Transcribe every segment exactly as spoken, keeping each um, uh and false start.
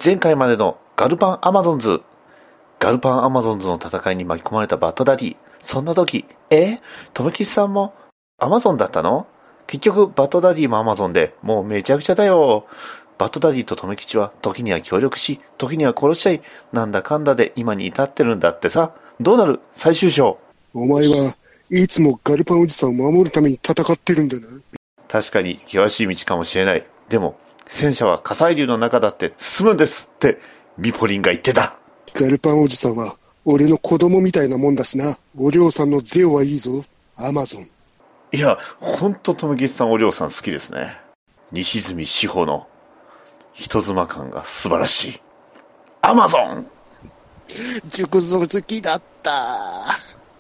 前回までのガルパンアマゾンズ。ガルパンアマゾンズの戦いに巻き込まれたバッドダディ。そんな時、えとめきちさんもアマゾンだったの？結局バッドダディもアマゾンで、もうめちゃくちゃだよ。バッドダディととめきちは時には協力し、時には殺しちゃい、なんだかんだで今に至ってるんだってさ。どうなる？最終章。 お前はいつもガルパンおじさんを守るために戦ってるんだな。 確かに険しい道かもしれない。でも戦車は火砕流の中だって進むんですってミポリンが言ってた。 ガルパンおじさんは俺の子供みたいなもんだしな。お嬢さんのゼオはいいぞ、アマゾン。 いや、ほんととめきちさんお嬢さん好きですね。西住志保の人妻感が素晴らしい。アマゾン。 熟女好きだった。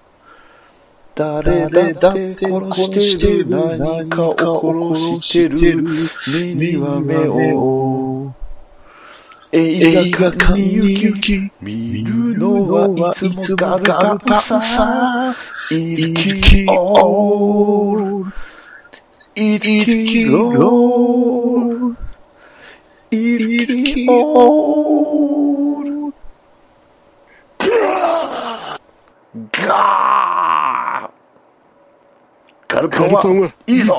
誰だって殺してる、何かを殺してる、目には目を映画館に行き、見るのはいつもガルパンさ。生きおー生きろー生きおーガーガルパンはいいぞ。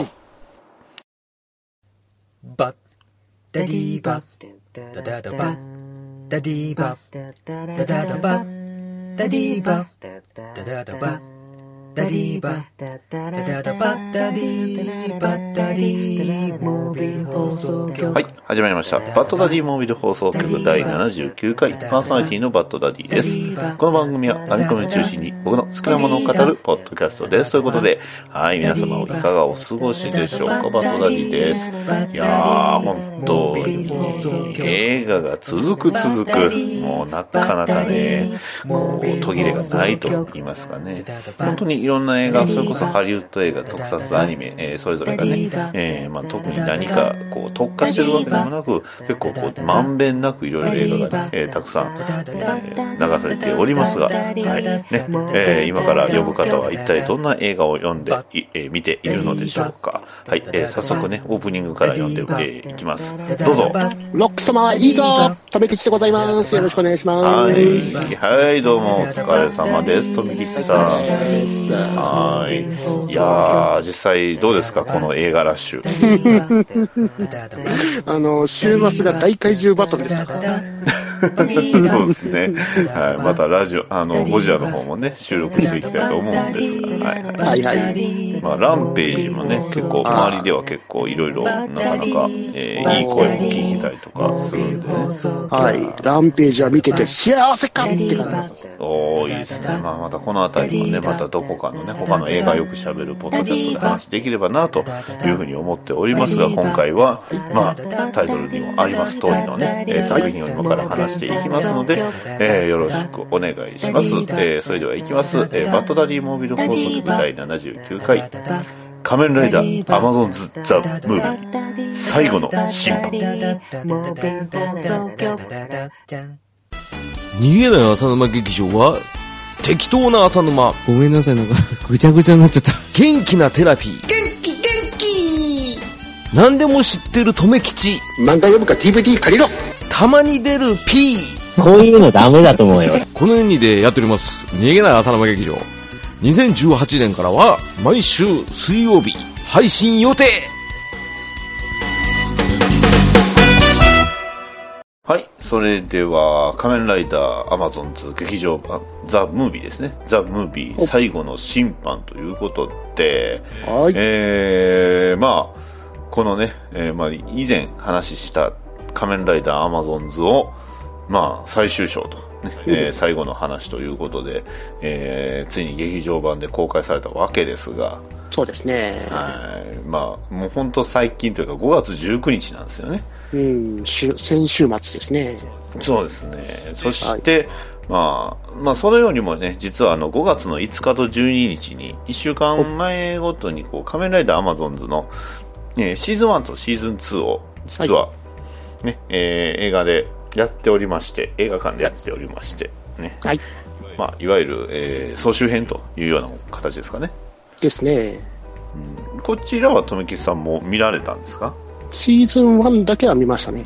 バッダディバッダダダバッダディバッダダダバッダディバッダダダバッダディバッダダダバッダディバッダディモービル放送局。 はい、始まりました。バッドダディモービル放送局だいななじゅうきゅうかい、パーソナリティのバッドダディです。この番組はアニコミを中心に僕の好きなものを語るポッドキャストです。ということで、はい、皆様いかがお過ごしでしょうか。バッドダディです。いやー、本当に映画が続く続く、もうなかなかね、もう途切れがないと言いますかね。本当にいろんな映画、それこそハリウッド映画、特撮アニメ、えー、それぞれがね、えーまあ、特に何かこう特化してるわけでもなく、結構こうまんべんなくいろいろ映画がね、えー、たくさん、えー、流されておりますが、はいねえー、今から呼ぶ方は一体どんな映画を読んでい、えー、見ているのでしょうか。はい、えー、早速ねオープニングから読んで、えー、いきます。どうぞ。 ロック様はいいぞ、とめきちでございます。よろしくお願いします。 はい、はい、どうもお疲れ様です。とめきちさん。はい。いやー、実際どうですか、この映画ラッシュ。 あの、週末が大怪獣バトルでしたから。 そうですね。はい。またラジオ、あの、ゴジラの方もね、収録していきたいと思うんですが、はい。 はいはい。 まあ、ランページもね、結構、周りでは結構いろいろ、なかなか、えー、いい声も聞いたりとかするんでね。 はい。ランページは見てて幸せかって感じだったんですよ。 おー、いいですね。まあ、またこのあたりもね、またどこかのね、他の映画よく喋るポッドキャストで話できればな、というふうに思っておりますが、今回は、まあ、タイトルにもあります通りのね、えー、作品を今から話していきますので、えー、よろしくお願いします。えー、それではいきます。えー、バッドダディモービル放送局だいななじゅうきゅうかい、仮面ライダーアマゾンズ・ザ・ムービー最後の審判。 逃げない浅沼劇場は適当な浅沼。 ごめんなさい、なんかぐちゃぐちゃになっちゃった。 元気なテラピー。 元気元気。 何でも知ってるとめきち。 漫画読むか ディーブイディー 借りろ。 たまに出る P。 こういうのダメだと思うよ。 このようにでやっております逃げない浅沼劇場。にせんじゅうはちねんからは毎週水曜日配信予定。 はい。それでは、仮面ライダーアマゾンズ劇場版ザ・ムービーですね。ザ・ムービー最後の審判ということで、 はい。 えー、まあ、このね、えー、まあ、以前話した仮面ライダーアマゾンズを、まあ、最終章と、ねえー、最後の話ということで、えー、ついに劇場版で公開されたわけですが、 そうですね。 はい。まあ、もう本当最近というかごがつじゅうくにちなんですよね。 うん、先週末ですね。 そうですね。そして、はい、まあ、まあ、そのようにもね、実はあのごがつのいつかとじゅうににちにいっしゅうかんまえごとにこう仮面ライダーアマゾンズの、ね、シーズンワンとシーズンツーを実は、ね、はい、えー、映画でやっておりまして、映画館でやっておりまして、ね。はい。まあ、いわゆる、えー、総集編というような形ですかね。 ですね。 うん、こちらは富木さんも見られたんですか？ シーズンワンだけは見ましたね。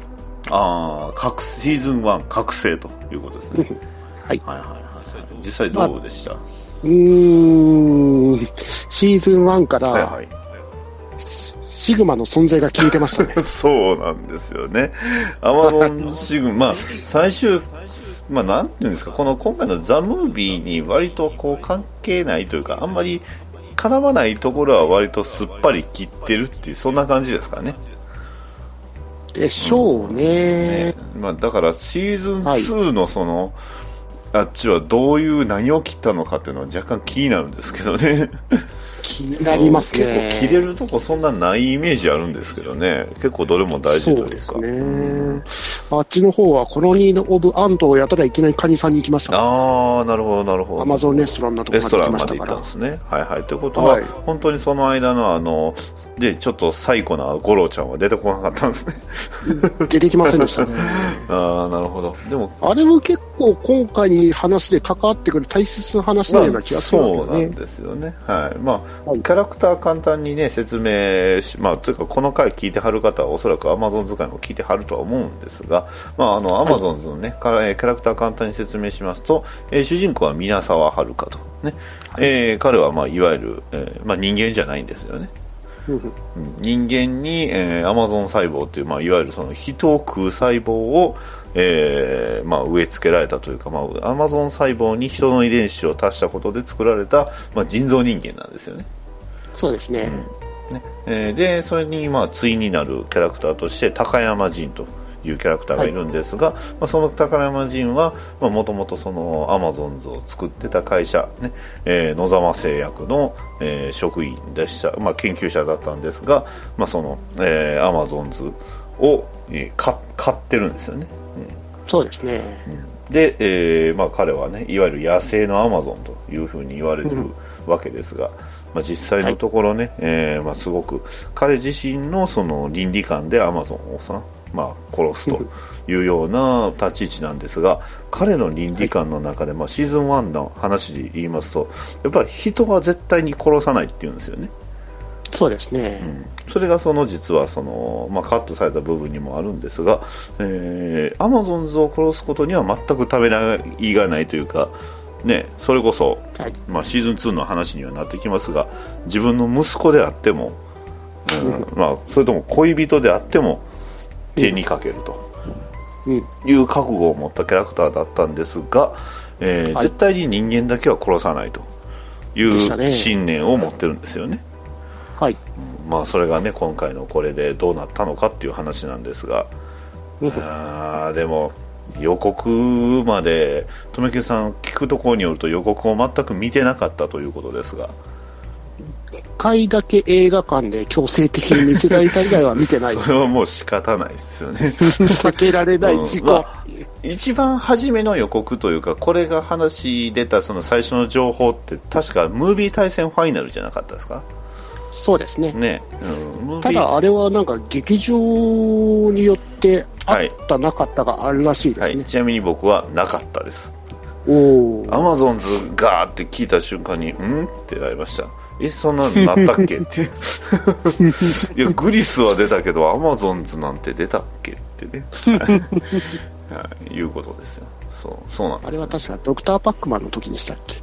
ああ、シーズンワン覚醒ということですね。 はい。 はいはいはい。実際どうでした？まあ、 うーん、シーズンワンから、はいはい、シグマの存在が消えてましたね。 そうなんですよね。アマゾンシグマ、まあ、最終、まあ、なんていうんですか、この今回のザ・ムービーに割とこう関係ないというか、あんまり絡まないところは割とすっぱり切ってるっていう、そんな感じですかね。 でしょうね。うん、ね、 まあ、だからシーズンツーのその、はい、あっちはどういう何を切ったのかっていうのは若干気になるんですけどね。 気になりますね。 結構切れるとこそんなないイメージあるんですけどね。結構どれも大事というか。 そうですね。うん、あっちの方はコロニー・オブ・アントをやったらいきなりカニさんに行きました。 ああ、なるほどなるほど。 アマゾンレストランのところまで行きましたから。レストランまで行ったんですね。はいはい。ということは、はい、本当にその間のあのでちょっと最古なゴロちゃんは出てこなかったんですね。 出てきませんでしたね。 ああ、なるほど。でもあれも結構今回に話で関わってくる大切な話のような気がするんですけどね。 まあ、そうなんですよね。はい。まあ、はい、キャラクター簡単にね説明し、まあというかこの回聞いてはる方はおそらく Amazon 使いも聞いてはるとは思うんですが、まああの Amazon のね、はい、キャラクター簡単に説明しますと、えー、主人公は皆沢遥とね、はい、えー、彼はまあいわゆる、えー、まあ人間じゃないんですよね。人間に、えー、アマゾン細胞という、まあ、いわゆるその人を食う細胞を、えーまあ、植え付けられたというか、まあ、アマゾン細胞に人の遺伝子を足したことで作られた、まあ、人造人間なんですよね。 そうですね。 うん、ね、えー、でそれに、まあ、対になるキャラクターとして高山仁というキャラクターがいるんですが、はい、まあ、その高山仁はもともとそのアマゾンズを作ってた会社、ね、えー、野沢製薬の、えー、職員でした、まあ、研究者だったんですが、まあ、その、えー、アマゾンズを、えー、買, 買ってるんですよね。うん、 そうですね。 うん、で、えーまあ、彼はねいわゆる野生のアマゾンというふうに言われてるわけですが、うん、まあ、実際のところね、はい、えーまあ、すごく彼自身のその倫理観でアマゾンをさまあ、殺すというような立ち位置なんですが、彼の倫理観の中で、まあ、シーズンワンの話で言いますとやっぱり人は絶対に殺さないっていうんですよね。 そうですね。 うん、それがその実はその、まあ、カットされた部分にもあるんですが、えー、アマゾンズを殺すことには全くためらいがないというか、ね、それこそ、はい、まあ、シーズンツーの話にはなってきますが自分の息子であっても、うんまあ、それとも恋人であっても手にかけるという覚悟を持ったキャラクターだったんですが、えーはい、絶対に人間だけは殺さないという信念を持ってるんですよね。 はい、 まあ、それがね今回のこれでどうなったのかっていう話なんですが、あでも予告までとめきさん聞くところによると予告を全く見てなかったということですが、 いっかいだけ映画館で強制的に見せられた以外は見てないです、ね、 それはもう仕方ないですよね。 避けられない事故、うんまあ、 一番初めの予告というかこれが話出たその最初の情報って確かムービー対戦ファイナルじゃなかったですか。 そうですね。 ね、 うん、ただあれはなんか劇場によってあった、はい、なかったがあるらしいですね、はい、 ちなみに僕はなかったです。 おアマゾンズガーって聞いた瞬間にんってなりました。えそんなのなったっけっていやグリスは出たけどアマゾンズなんて出たっけってねいうことですよ。そうそうなんです、ね、 あれは確かドクターパックマンの時でしたっけ。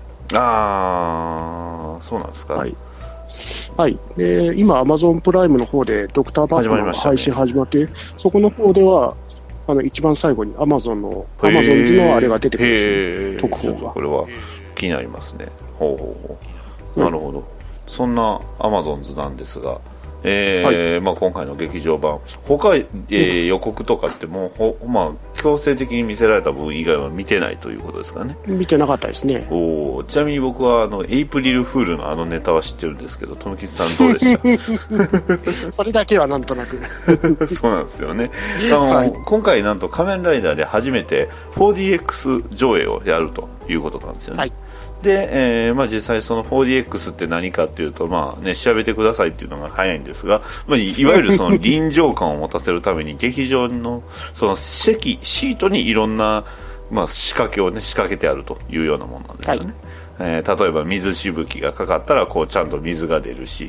ああそうなんですか。 はいはい、で今アマゾンプライムの方でドクターパックマンの配信始まって、ね、そこの方ではあの一番最後にアマゾンのアマゾンズのあれが出てくるんですよ、特報が。 これは気になりますね。ほうほうほう、なるほど、うん、そんなアマゾンズなんですが、えーはいまあ、今回の劇場版他、えー、予告とかってもうほ、まあ、強制的に見せられた部分以外は見てないということですかね。 見てなかったですね。 おちなみに僕はあのエイプリルフールのあのネタは知ってるんですけど、富吉さんどうでしたそれだけはなんとなくそうなんですよね。あの、はい、今回なんと仮面ライダーで初めて フォーディーエックス 上映をやるということなんですよね。はいでえーまあ、実際その フォーディーエックス って何かっていうと、まあね、調べてくださいっていうのが早いんですが、まあ、い, いわゆるその臨場感を持たせるために劇場のその席シートにいろんな、まあ、仕掛けを、ね、仕掛けてあるというようなものなんですよね。はいえー、例えば水しぶきがかかったらこうちゃんと水が出るし、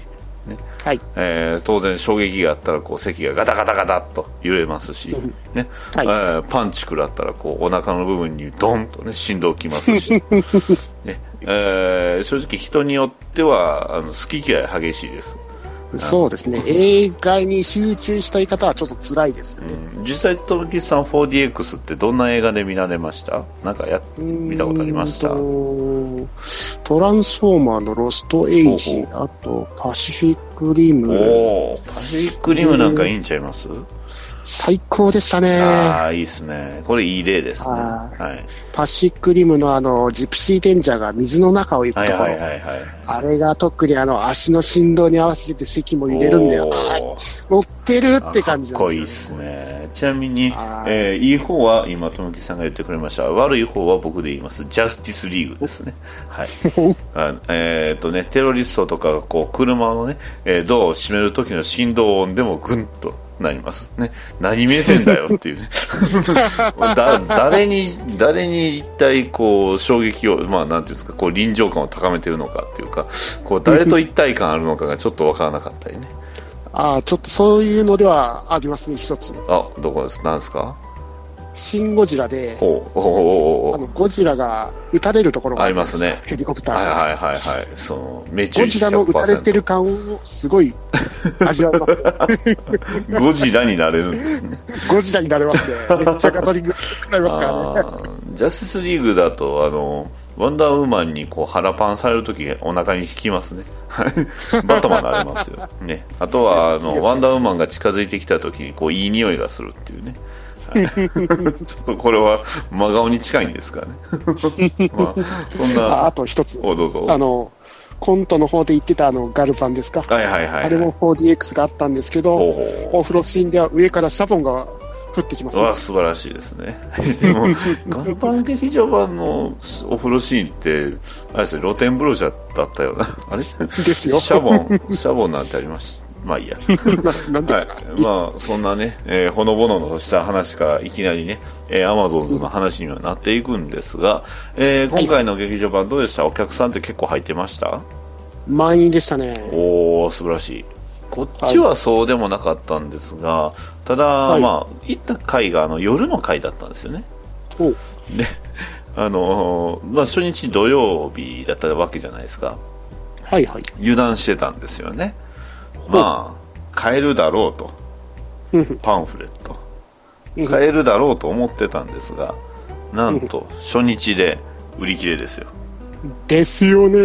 ね、 はい、 えー、当然衝撃があったらこう席がガタガタガタっと揺れますし、ね、はい、えー、パンチ食らったらこうお腹の部分にドンと、ね、振動きますし、ね、えー、正直人によってはあの好き嫌い激しいです。 そうですね、映画に集中したい方はちょっと辛いですよね、 うん、実際トムキさん フォーディーエックス ってどんな映画で見られました？なんかや見たことありました？ トランスフォーマーのロストエイジ、あとパシフィックリム。 おパシフィックリムなんかいいんちゃいます？ 最高でしたね。 ああ、いいですね。これいい例ですね。はい、 パシフィックリムのあのジプシーデンジャーが水の中を行くところ、はいはいはいはい、あれが特にあの足の振動に合わせて席も揺れるんだよ。乗ってるって感じなんですよね。かっこいいですね。ちなみに、えー、いい方は今ともきさんが言ってくれました。悪い方は僕で言います。ジャスティスリーグですね。はい。あえっとねテロリストとかがこう車のね、えー、ドアを閉める時の振動音でもグンとなりますね。何目線だよっていうねだ誰に誰に一体こう衝撃を、まあなんていうんですか、こう臨場感を高めているのかっていうか、こう誰と一体感あるのかがちょっと分からなかったりね。 ああ、ちょっとそういうのではありますね、一つ。 あ、どこです？なんですか？ シン・ゴジラで、 おうおうおうおう、 あのゴジラが撃たれるところがありますね。 ヘリコプターが。はいはいはいはい。その命中率 ひゃくパーセント。 ゴジラの撃たれてる感をすごい味わいます、ね。 ゴジラになれるんですね。 ゴジラになれますね。めっちゃガトリングになりますからね。 ジャスティスリーグだとあのワンダーウーマンにこう腹パンされるときお腹に効きますね。バットマンになれますよ。ね。あとはあのワンダーウーマンが近づいてきたときにこういい匂いがするっていうね。はい、ちょっとこれは真顔に近いんですかね。まあそんな あ, あと一つです。 おどうぞ。 あのコントの方で言ってたあのガルパンですか。 はいはいはい、はい、 あれも フォーディーエックス があったんですけど、ほうほう、お風呂シーンでは上からシャボンが降ってきますね。 わ素晴らしいですね。でもガルパン劇場版のお風呂シーンってあれですね、露天風呂じゃだったようなあれですよ。 シャボンシャボンなんてありました。まあいいや。 なんで、 はい、まあそんなね、えー、ほのぼのとした話からいきなりね、えー、アマゾンズの話にはなっていくんですが、えー、今回の劇場版どうでした？お客さんって結構入ってました？ 満員でしたね。 おー素晴らしい。こっちはそうでもなかったんですが、はい、ただ、はい、まあ行った回があの夜の回だったんですよね。で、あのー、まあ初日土曜日だったわけじゃないですか。 はいはい。 油断してたんですよね。まあ買えるだろうと、パンフレット買えるだろうと思ってたんですが、なんと初日で売り切れですよ。 ですよね。 ね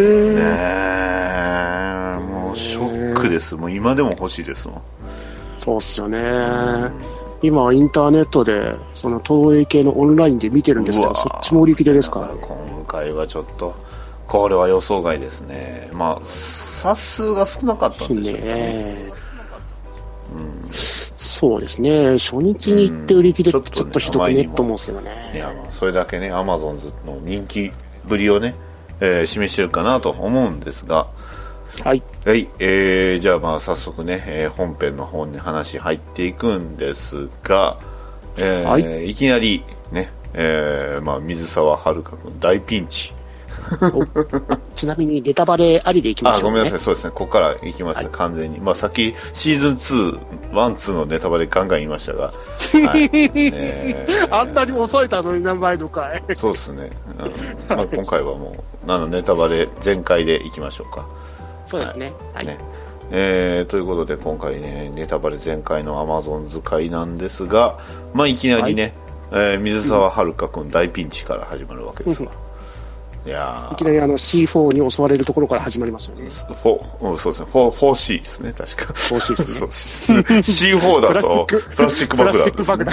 え、もうショックです。もう今でも欲しいですもん。 そうっすよね。今インターネットでその東映系のオンラインで見てるんですけど、そっちも売り切れですから、ね、 今回はちょっとこれは予想外ですね。まあ冊数が少なかったんですよね。ね、 うん、そうですね。初日に行って売り切れってちょっとひどくねと思うんですけどね。 いや、まあそれだけね、アマゾンズの人気ぶりをね、えー、示してるかなと思うんですが、 はい、 はい、えー、じゃあまあ早速ね、えー、本編の方に話入っていくんですが、えーはい、いきなりね、えー、まあ水沢遥君大ピンチ。 ちなみにネタバレありでいきましょう、ね、 あ、ごめんなさい、そうですね、ここからいきますね、はい、完全に。まあさっきシーズンツー、ワン、ツーのネタバレガンガン言いましたが、はいえー、 あんなに抑えたのに何倍のかい。 そうですね、うんまあ、今回はもうあのネタバレ全開でいきましょうか。 そうですね、はい、ねえー、ということで今回ね、ネタバレ全開のアマゾンズ会なんですが、まあいきなりね、はいえー、水沢遥君大ピンチから始まるわけですが、いやいきなりあの シーフォー に襲われるところから始まりますよね。 フォー、うん、そうですね。フォー、フォーシー ですね、確か。 フォーシー ですね。シーフォー だとプラスチック爆弾です、ね。はい。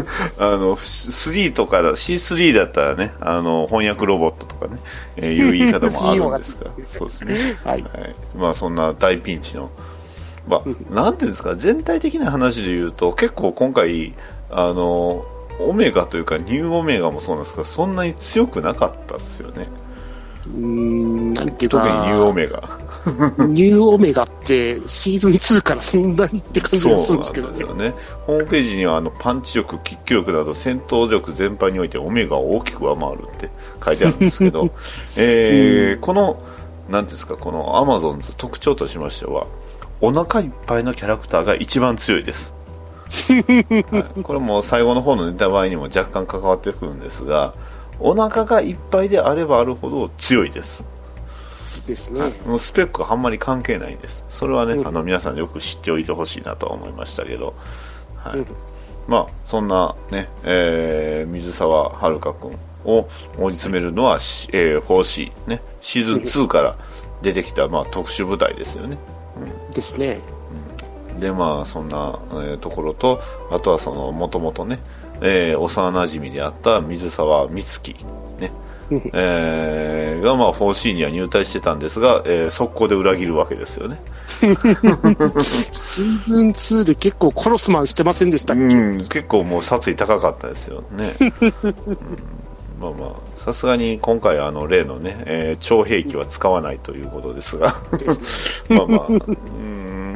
あのスリーとかだ シースリー だったらね、あの翻訳ロボットとかね、えー、いう言い方もあるんですが、そうですね。はい。はい、まあそんな大ピンチの、まあなんていうんですか、全体的な話で言うと結構今回あの。オメガというかニューオメガもそうなんですが、そんなに強くなかったですよね。 うーん、なんていうか、 特にニューオメガニューオメガってシーズンツーからそんなにって感じがするんですけどね。 そうなんですよね。ホームページにはあのパンチ力、キック力など戦闘力全般においてオメガを大きく上回るって書いてあるんですけど、えー、このなんですか、このアマゾンズ特徴としましては、お腹いっぱいのキャラクターが一番強いです。はい、これも最後の方のネタバレにも若干関わってくるんですが、お腹がいっぱいであればあるほど強いですですね、 はい、もうスペックはあんまり関係ないんです。それはね、 うん、 あの皆さんよく知っておいてほしいなと思いましたけど、はい、うん、まあそんなね、えー、水沢遥君を追い詰めるのは、えー、フォーシー、ね、シーズンツーから出てきた、まあ、特殊部隊ですよね、 うん、ですね、 うん、でまあそんな、えー、ところと、あとはそのもともとね、えー、幼なじみであった水沢美月ね、えー、がまあ フォーシー には入隊してたんですが、えー、速攻で裏切るわけですよね。 シーズンツーで結構コロスマンしてませんでしたっけ？うん、 結構もう殺意高かったですよね。うん、まあまあさすがに今回あの例のね、えー、超兵器は使わないということですがまあまあ、うん、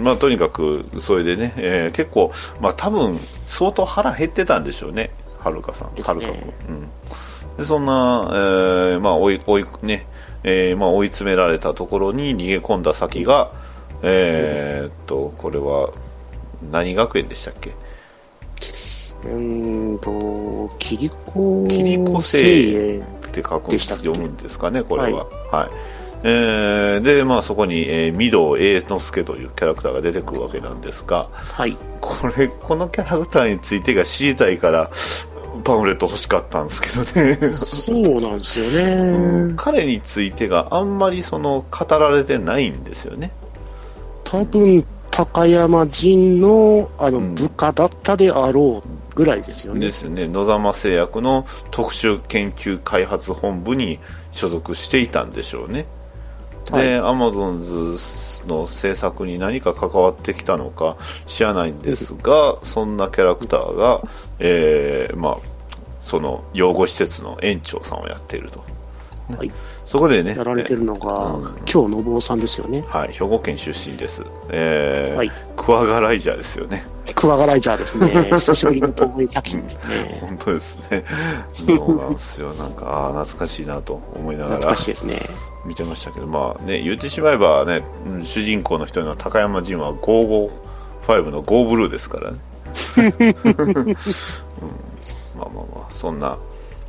まあとにかくそれでね、えー、結構まあ多分相当腹減ってたんでしょうね、はるかさん、はるか君、うん、でそんな、えー、まあ追い追いね、えー、まあ追い詰められたところに逃げ込んだ先が、えー、っとこれは何学園でしたっけ？ うーんとキリコキリコ聖園って書く読むんですかね、これは。はい、はい、えー、でまあそこに、えー、御堂栄之助というキャラクターが出てくるわけなんですが、 はい、 これこのキャラクターについてが知りたいからパンフレット欲しかったんですけどね。 そうなんですよね、 うん、彼についてがあんまりその語られてないんですよね。 多分高山陣のあの部下だったであろうぐらいですよね。 ですよね。野様製薬の特殊研究開発本部に所属していたんでしょうね。はい、でアマゾンズの制作に何か関わってきたのか知らないんですが、そんなキャラクターが、えーまあ、その養護施設の園長さんをやっていると、ね、はい、そこでねやられてるのが、うん、京信夫さんですよね。 はい、兵庫県出身です。えーはい、クワガライジャーですよね。 クワガライジャーですね。久しぶりの東映作品ですね。 本当ですね。そうなんですよ。なんかあ懐かしいなと思いながら懐かしいですね。見てましたけど、まあね、言ってしまえばね、主人公の一人の高山仁はごーごーごのゴーブルーですからね。うん、まあまあまあそんな。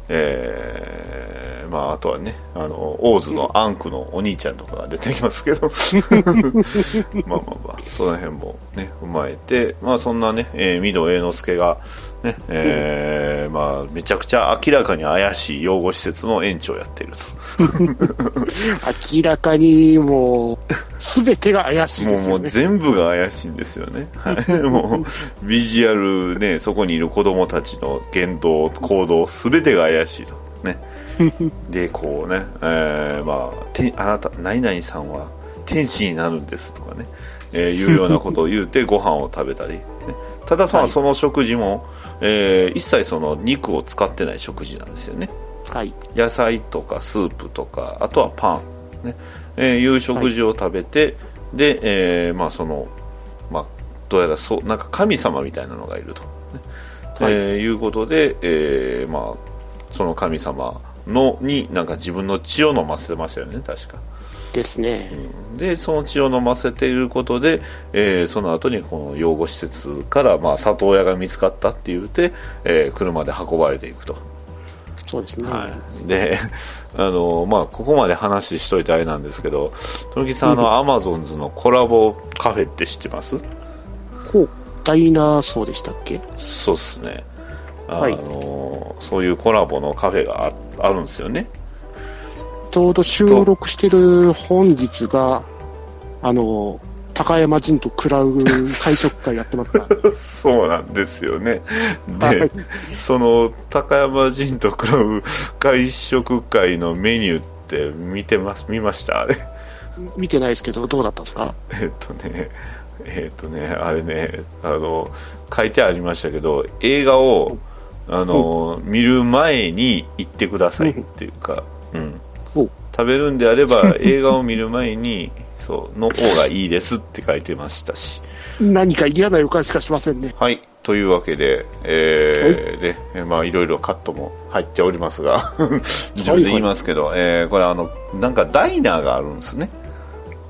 えー、まああとはね、あのオーズのアンクのお兄ちゃんとかが出てきますけどまあまあまあその辺もね踏まえて、まあそんなね、えー、御堂栄之助がね、えー、まあめちゃくちゃ明らかに怪しい養護施設の園長をやっていると明らかにもう全てが怪しいですよね。 もうもう全部が怪しいんですよね。もうビジュアルね、そこにいる子供たちの言動行動全てが怪しいとねでこうね、えー、まあてあなた何々さんは天使になるんですとかね、えー、いうようなことを言うてご飯を食べたり、ね、ただまあその食事も、えー、一切その肉を使ってない食事なんですよね。はい、野菜とかスープとかあとはパン、ねえー、いう食事を食べて、はい、で、えー、まあそのまあどうやらそうなんか神様みたいなのがいると、ねはい、えー、いうことで、えー、まあその神様のになんか自分の血を飲ませましたよね、確か。 ですね。 うん、でその血を飲ませていることで、えー、その後にこの養護施設からまあ里親が見つかったって言って、えー、車で運ばれていくと。 そうですね。 はい、で、あのまあここまで話しといてあれなんですけど、富木さん、あのアマゾンズのコラボカフェって知ってます？ ほう、ダイナーソーでしたっけ？ そうですね。あの、 はい、 そういうコラボのカフェが あ, あるんですよね。 ちょうど収録してる本日があの高山仁と食らう会食会やってますからそうなんですよね。で、はい、その高山仁と食らう会食会のメニューって見てます見ましたあれ？ 見てないですけどどうだったんですか？ えっとねえっとねあれねあの書いてありましたけど、映画をあの、うん、見る前に行ってくださいっていうか、うん、うん、食べるんであれば映画を見る前にそうの方がいいですって書いてましたし、 何か嫌な予感しかしませんね。 はい、というわけで、えー、はい、で、まあいろいろカットも入っておりますが自分で言いますけど、はいはい、えー、これあのなんかダイナーがあるんですね。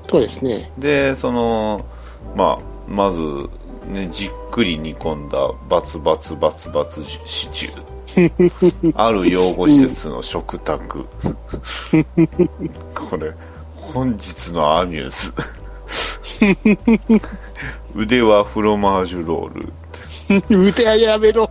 そうですね。 でそのまあまずねじっくり煮込んだバツバツバツバツシチューある養護施設の食卓これ本日のアミューズ腕はフロマージュロール腕はやめろ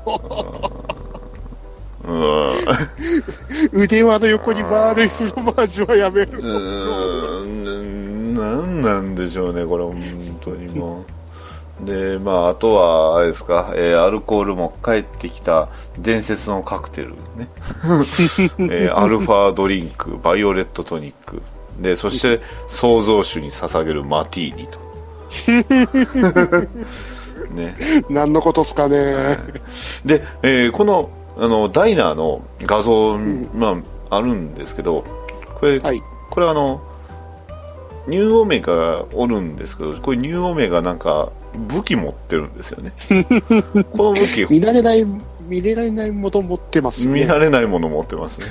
腕輪の横に丸いフロマージュはやめろ。うーんなんなんでしょうねこれ本当にもうでまああとはあれですか、えー、アルコールも帰ってきた伝説のカクテルね、えー、アルファドリンクバイオレットトニックでそして創造主に捧げるマティーニとね、 何のことっすかね、はい、 で、えー、このあのダイナーの画像、まあ、あるんですけどこれ、はい、これあのニューオメガがおるんですけどこれニューオメガなんか武器持ってるんですよねこの武器見られない見れられないもの持ってますね。 見られないもの持ってますね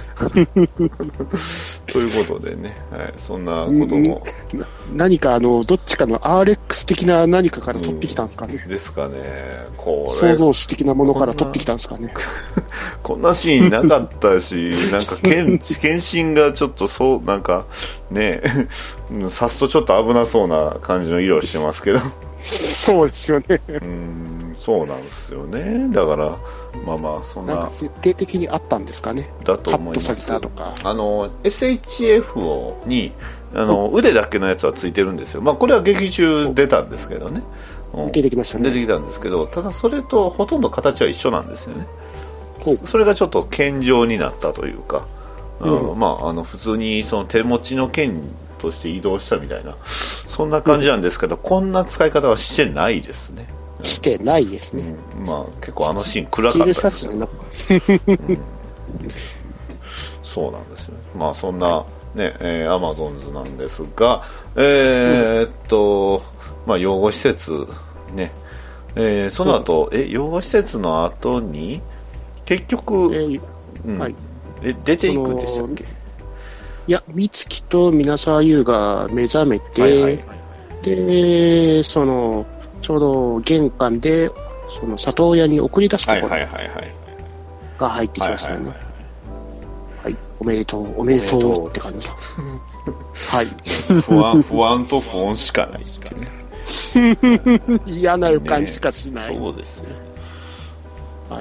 ということでね、はい、そんなことも何かあのどっちかの アールエックス 的な何かから取ってきたんですかね、 うん、ですかねこれ創造主的なものから取ってきたんですかねこんなシーンなかったしなんか剣剣心がちょっとそうなんかね刺すとちょっと危なそうな感じの色をしてますけどそうですよねうんそうなんですよねだからまあまあそんななんか設定的にあったんですかねだと思います。 カットされたとかあの エスエイチエフ にあの腕だけのやつはついてるんですよ。まあこれは劇中出たんですけどね、 うん、出てきましたね。 出てきたんですけどただそれとほとんど形は一緒なんですよね。それがちょっと剣状になったというか、うん、まああの普通にその手持ちの剣として移動したみたいなそんな感じなんですけど、うん、こんな使い方はしてないですね。 してないですね、 うん、まあ結構あのシーン暗かったですよ、うん、そうなんですよ。まあそんなね、えー、アマゾンズなんですがえー、っと、うん、まあ養護施設ね、えー、その後、うん、え養護施設の後に結局、えーうんはい、え出ていくんでしたっけ。 いや美月と皆沢優が目覚めて、はいはいはい、でそのちょうど玄関でその里親に送り出すところが入ってきましたよね。はい、おめでとうおめでとうって感じ。はい。 不安不安と不穏しかないってね。 嫌な予感しかしない。 ね、そうですね。 はい。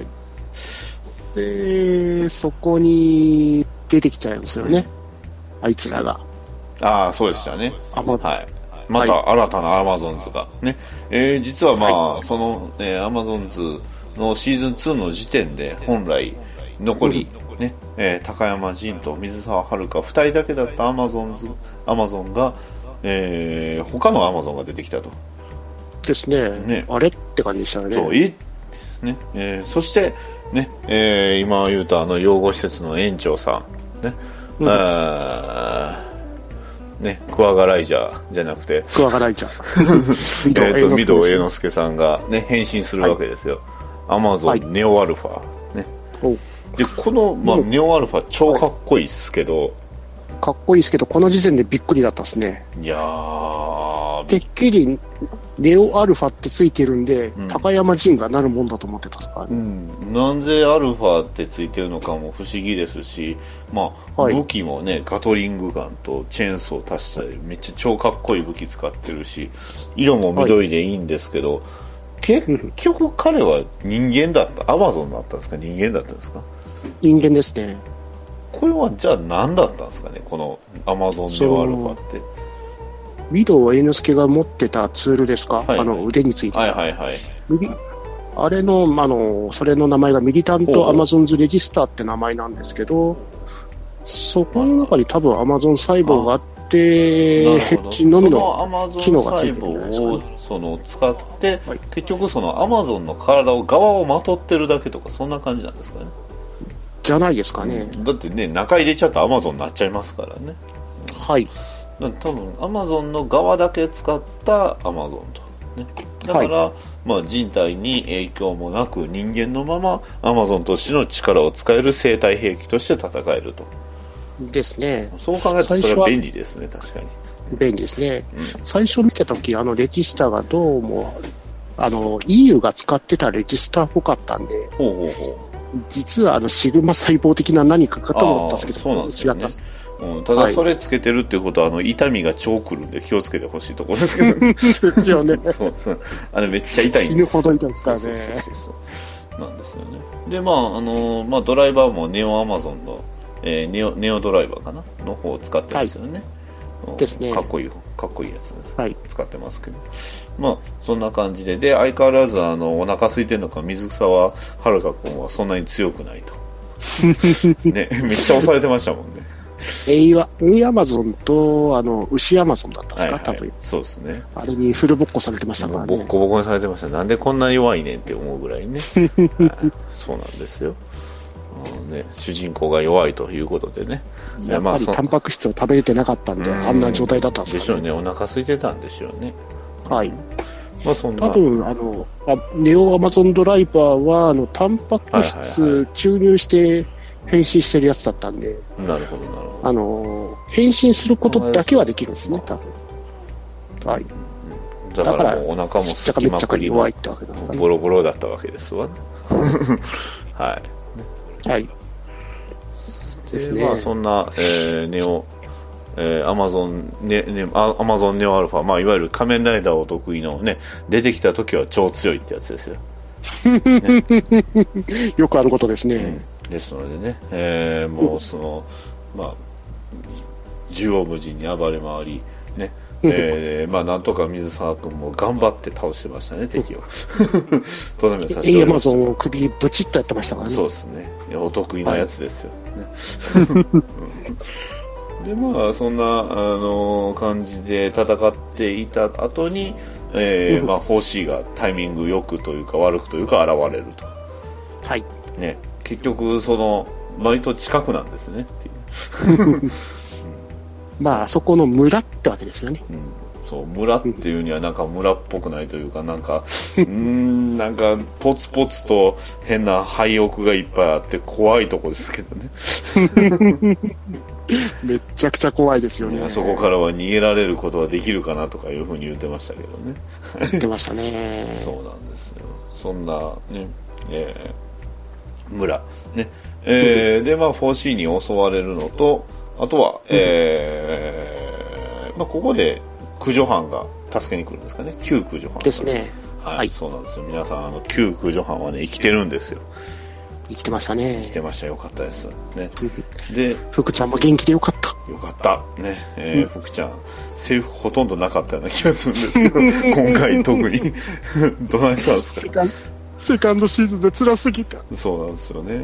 でそこに出てきちゃいますよね。あいつらが。ああそうでしたね。 あまはい。また新たなアマゾンズがね、えー、実はまあ、はい、その、ね、アマゾンズのシーズンツーの時点で本来残り、うんねえー、高山仁と水沢遥ふたりだけだったアマゾンズアマゾンが、えー、他のアマゾンが出てきたとですね。ねあれって感じでしたね。 そういねえー、そしてね、えー、今言うとあの養護施設の園長さんね、うん、あね、クワガライジャーじゃなくてクワガライジャーえと御堂栄之助さんが、ね、変身するわけですよ。アマゾンネオアルファ、ね、でこの、まあ、ネオアルファ超かっこいいっすけど、 かっこいいっすけどこの時点でびっくりだったっすね。 いやーてっきりネオアルファってついてるんで、うん、高山仁がなるもんだと思ってたっすからね、 うん、なんでアルファってついてるのかも不思議ですし、まあはい、武器もねガトリングガンとチェーンソー足したりめっちゃ超かっこいい武器使ってるし色も緑でいいんですけど、はい、結局彼は人間だったアマゾンだったんですか人間だったんですか。 人間ですね。 これはじゃあ何だったんですかねこのアマゾンネオアルファって。 御堂栄之助が持ってたツールですか、はい、あの腕についてた、 はいはいはい、 あれの、あのそれの名前がミリタントアマゾンズレジスターって名前なんですけどそこの中に多分アマゾン細胞があってヘッジのみの機能がついてるんじゃないですか、ね、 その使って、はい、結局そのアマゾンの体を側をまとってるだけとかそんな感じなんですかね。 じゃないですかね、 うん、だってね中入れちゃったらアマゾンになっちゃいますからね。 はい多分アマゾンの側だけ使ったアマゾンと、ね、だから、はいまあ、人体に影響もなく人間のままアマゾンとしての力を使える生体兵器として戦えるとですね。 そう考えるとそれは便利ですね。確かに便利ですね。 うん、 最初見たとき、あのレジスターがどうも、あの、イーユー が使ってたレジスターっぽかったんで、 ほうほうほう。 実はあのシグマ細胞的な何かかと思ったんですけど、 そうなんですよね。 違った。 うん、ただそれつけてるっていうことは、はい、あの痛みが超くるんで気をつけてほしいところですけど、ね、 ですよね。 そうそうあれめっちゃ痛いんです。 死ぬほど痛いですからね。 そうそうそうそうなんですよね。でまああのまあドライバーもネオアマゾンの、えー、ネオネオドライバーかなの方を使ってますよね。 はい、ですね。 かっこいいかっこいいやつです、 はい、 使ってますけど、まあそんな感じでで相変わらずあのお腹空いてるのか水沢遥君はそんなに強くないとねめっちゃ押されてましたもんね。 エイアマゾンとあの牛アマゾンだったんですか、はいはい、多分そうですね。 あれにフルボッコされてましたからね。 ボッコボコにされてました。なんでこんな弱いねんって思うぐらいね、はい、そうなんですよ、ね、主人公が弱いということでね、 やっぱりタンパク質を食べれてなかったんで、あんな状態だったんですかね。 でしょうね。お腹空いてたんでしょうね。 はい、 まあ、そんな多分あのあネオアマゾンドライバーはあのタンパク質注入して変身してるやつだったんで、 なるほどなるほど。 あの変身することだけはできるんですね、多分。はい。 だからもうお腹もすきまくりのボロボロだったわけですわ、ね。はい。 はい。ですね。 まあそんな、えー、ネオ、えー、アマゾンねねアマゾンネオアルファ、まあいわゆる仮面ライダーお得意のね出てきた時は超強いってやつですよ。ね、 よくあることですね。 うんですのでね、えー、もうその、まあ、縦横無尽に暴れ回り、ね、えー、まあなんとか水沢君も頑張って倒してましたね、敵を。とどめさせておりました。 エイアマゾンを首ブチッとやってましたからね。 そうですね。お得意なやつですよ、ね。はい、で、まあ、そんな、あのー、感じで戦っていた後に、えー、まあ、フォーシー がタイミングよくというか悪くというか現れると。 はい。 ね。結局その割と近くなんですねっていう、うん、 まああそこの村ってわけですよね、 うん、そう村っていうにはなんか村っぽくないというかなんかうーんなんかポツポツと変な廃屋がいっぱいあって怖いとこですけどねめっちゃくちゃ怖いですよね。 あそこからは逃げられることはできるかなとかいうふうに言ってましたけどね言ってましたねそうなんですよ。そんなね、えー村ね、えー、でまあ フォーシー に襲われるのとあとは、えーまあ、ここで駆除班が助けに来るんですかね。旧駆除班ですね。 はい、 はい、 そうなんですよ。皆さんあの旧駆除班はね生きてるんですよ。 生きてましたね。 生きてました。よかったですね。で福ちゃんも元気でよかった。 よかったね、えー、福ちゃんセリフほとんどなかったような気がするんですけど今回特にどないしたんですか。 セカンドシーズンで辛すぎた。 そうなんですよね、うん、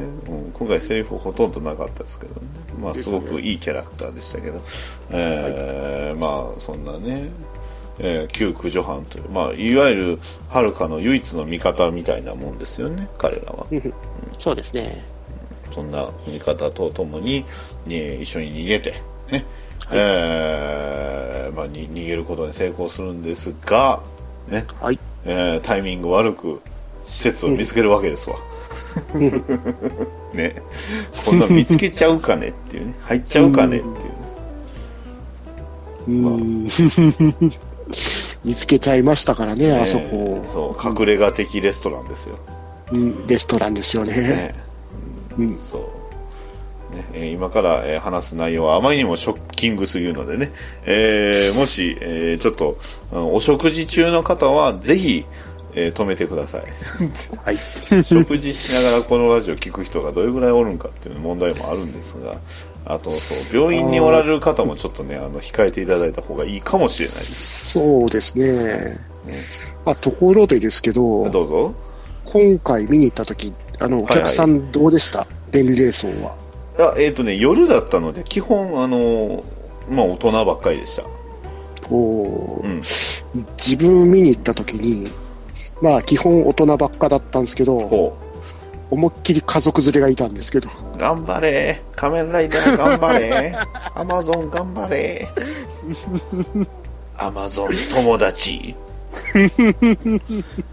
今回セリフほとんどなかったですけどね、まあ、すごくいいキャラクターでしたけど、えー、まあそんなね、えー、旧駆除班という、まあ、いわゆるはるかの唯一の味方みたいなもんですよね彼らは、うん、 そうですね。 そんな味方とともに、ね、一緒に逃げてね、はい、えーまあ、に逃げることに成功するんですが、ね、 はい、 えー、タイミング悪く施設を見つけるわけですわ、うん、ね、こんな見つけちゃうかねっていうね、入っちゃうかねっていうね、 うん、まあ、見つけちゃいましたからね、ね、あそこ。 そう隠れ家的レストランですよ、 うん、レストランですよね、ね、 うん、そうね、えー、今から、えー、話す内容はあまりにもショッキングすぎるのでね、えー、もし、えー、ちょっと、うん、お食事中の方はぜひえー、止めてください、はい、食事しながらこのラジオ聞く人がどれぐらいおるんかっていう問題もあるんですが、あとそう病院におられる方もちょっとねあの控えていただいた方がいいかもしれないです。 そうですね、ね、まあ、ところでですけど、 どうぞ。 今回見に行った時あのお客さんどうでした、はいはい、年齢層は。 あ、えーとね、夜だったので基本あの、まあ、大人ばっかりでした。 お、うん、自分見に行った時にまあ基本大人ばっかだったんですけど、思いっきり家族連れがいたんですけど、 頑張れ仮面ライダー頑張れアマゾン頑張れアマゾン友達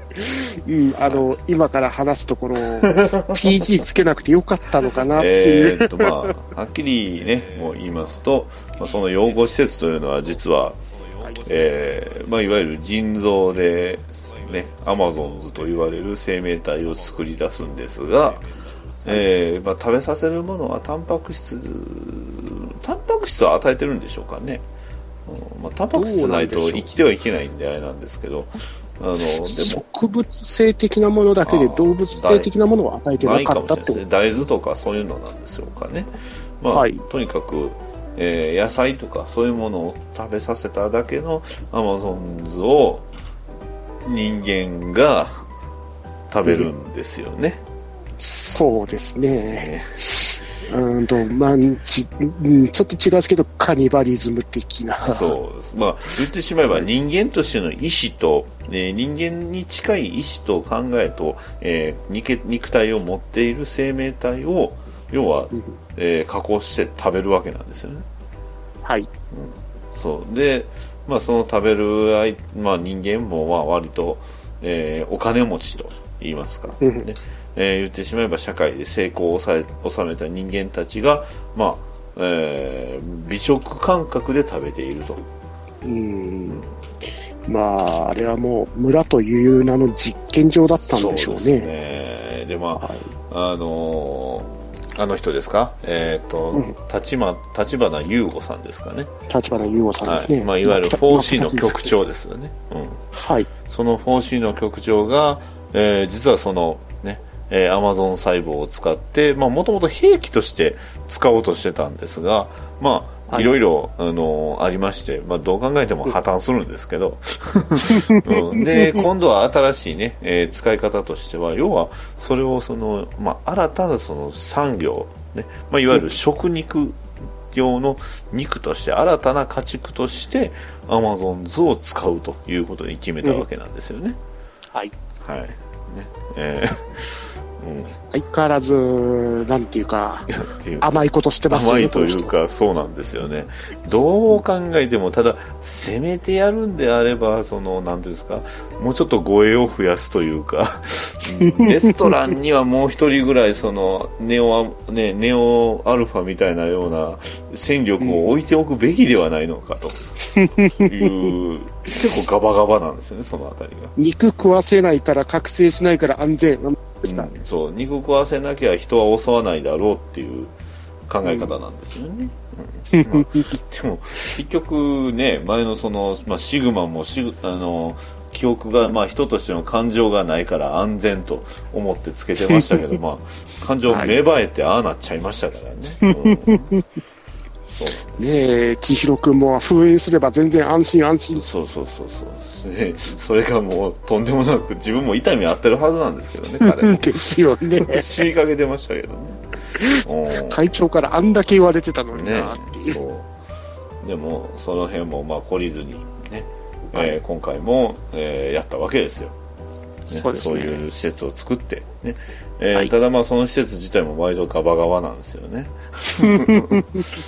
うん、あの、今から話すところ、ピージー つけなくてよかったのかなっていう。 えーっと、まあ、はっきりね、もう言いますと、まあ、その養護施設というのは実は、えーまあ、いわゆる腎臓で、ね、アマゾンズと言われる生命体を作り出すんですが、えーまあ、食べさせるものはタンパク質、タンパク質を与えてるんでしょうかね。うんまあ、タンパク質ないと生きてはいけないんであれなんですけど、あのでも植物性的なものだけで動物性的なものを与えてなかったってこと、 ね、大豆とかそういうのなんでしょうかね。まあ、はい、とにかく、えー、野菜とかそういうものを食べさせただけのアマゾンズを人間が食べるんですよね。 うん、そうですね。ねうんとまあ、ち, ちょっと違うんですけどカニバリズム的な。 そうです、まあ、言ってしまえば人間としての意思と、えー、人間に近い意思と考えと、えー、肉, 肉体を持っている生命体を要は、えー、加工して食べるわけなんですよね。 はい、うん、 そうで、まあ、その食べる、まあ、人間もまあ割と、えー、お金持ちと言いますか、ねえー、言ってしまえば社会で成功を収めた人間たちが、まあえー、美食感覚で食べていると。 うーんまああれはもう村という名の実験場だったんでしょうね。そうですね。 でまあ、はい、あのー、あの人ですか、えーとうん、立花優吾さんですかね。 立花優吾さんですね。 はいまあ、いわゆる フォーシー の局長ですよね。うん、 はい。 その フォーシー の局長が、えー、実はそのねえー、アマゾン細胞を使ってもともと兵器として使おうとしてたんですが、まあ、はい、いろいろ、あのー、ありまして、まあ、どう考えても破綻するんですけど、うん、で今度は新しい、ねえー、使い方としては要はそれをその、まあ、新たなその産業、ねまあ、いわゆる食肉用の肉として新たな家畜としてアマゾンズを使うということに決めたわけなんですよね。 うん、はい、 はいねえーうん、 相変わらずなんていうか甘いことしてますよね。 甘いというかそうなんですよね。どう考えてもただ攻めてやるんであればそのなんていうんですかもうちょっと護衛を増やすというかレストランにはもう一人ぐらいそのネオ、ね、ネオアルファみたいなような戦力を置いておくべきではないのかという結構ガバガバなんですよねそのあたりが。 肉食わせないから覚醒しないから安全ですか、 うん、そう肉食わせなきゃ人は襲わないだろうっていう考え方なんですよね。うんうんまあ、でも結局ね前のその、まあ、シグマもシグあの記憶が、まあ、人としての感情がないから安全と思ってつけてましたけど、まあ、感情芽生えてああなっちゃいましたからね。うんそうなんですねえ千尋君も封印すれば全然安心安心。 そうそうそうそう、ね、それがもうとんでもなく自分も痛み合ってるはずなんですけどね彼もですよね死にかけてましたけどね会長からあんだけ言われてたのになっていう、ね、 そうでもその辺もまあ懲りずにね、はいえー、今回も、えー、やったわけですよ、ね、 そうですね、 そういう施設を作ってねえーはい、ただまあその施設自体も割とガバガバなんですよね、うん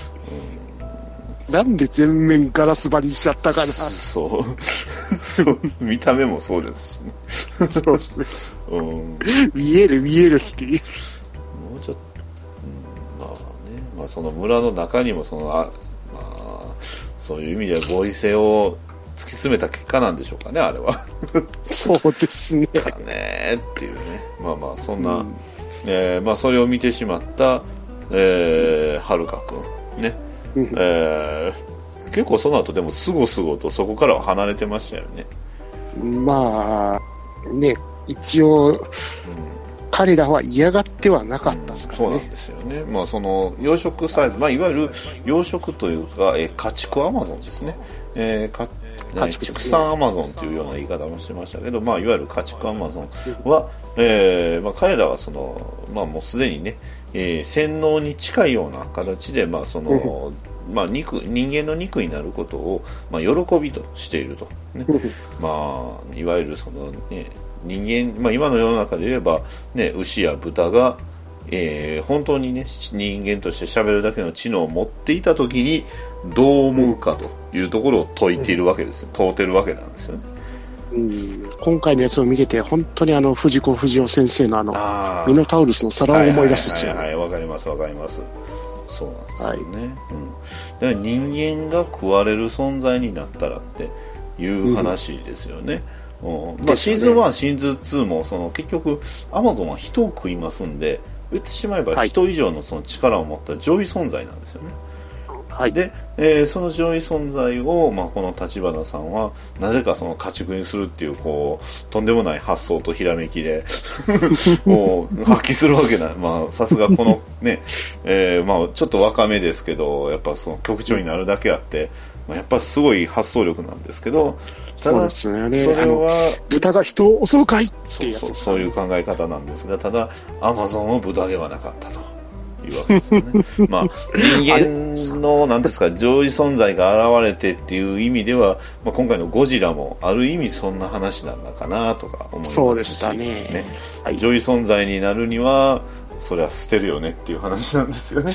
なんで全面ガラス張りにしちゃったかな。 そうそう見た目もそうですしねそうですね、 うん、 見える見えるっていうもうちょっと、うん、まあね、まあ、その村の中にもそのあ、まあ、そういう意味では合理性を突き詰めた結果なんでしょうかねあれはそうですねかねっていうねまあまあそんな、うんえーまあ、それを見てしまった、えー、はるかくんねうんえー、結構その後でもすごすごとそこからは離れてましたよね。 まあね一応、うん、彼らは嫌がってはなかったですからね、 うん、そうなんですよね。まあその養殖サイズ、まあ、いわゆる養殖というか、えー、家畜アマゾンですね、えー、か畜産アマゾンというような言い方もしてましたけど、まあ、いわゆる家畜アマゾンは、えーまあ、彼らはその、まあ、もうすでにねえー、洗脳に近いような形で、まあそのまあ、肉人間の肉になることを、まあ、喜びとしていると、ねまあ、いわゆるその、ね、人間、まあ、今の世の中で言えば、ね、牛や豚が、えー、本当に、ね、人間として喋るだけの知能を持っていたときにどう思うかというところを説いているわけですよ、問うてるわけなんですよね。 うん、今回のやつを見てて、本当にあの藤子不二雄先生のあのあミノタウルスの皿を思い出すっていう。 はいはいはい、わ、はい、かりますわかります。そうなんですよね。はい、うん、だから人間が食われる存在になったらっていう話ですよね。うんうん、まあ、シーズンワン、シーズンツーもその結局アマゾンは人を食いますんで、言ってしまえば人以上のその力を持った上位存在なんですよね。はい、で、えー、その上位存在を、まあ、この立花さんはなぜかその家畜にするっていうこうとんでもない発想とひらめきでもう発揮するわけな、まあさすがこのね、えー、まあちょっと若めですけどやっぱその局長になるだけあって、まあ、やっぱすごい発想力なんですけど、 そうですよね。 それは豚が人を襲うかいっていうやつ、 そうそう、そういう考え方なんですが、ただアマゾンは豚ではなかったというわけですよね。まあ人間の何ですか上位存在が現れてっていう意味では、まあ、今回のゴジラもある意味そんな話なんだかなとか思いますし、 そうでしたね。 ね、 はい、 上位存在になるにはそれは捨てるよねっていう話なんですよね。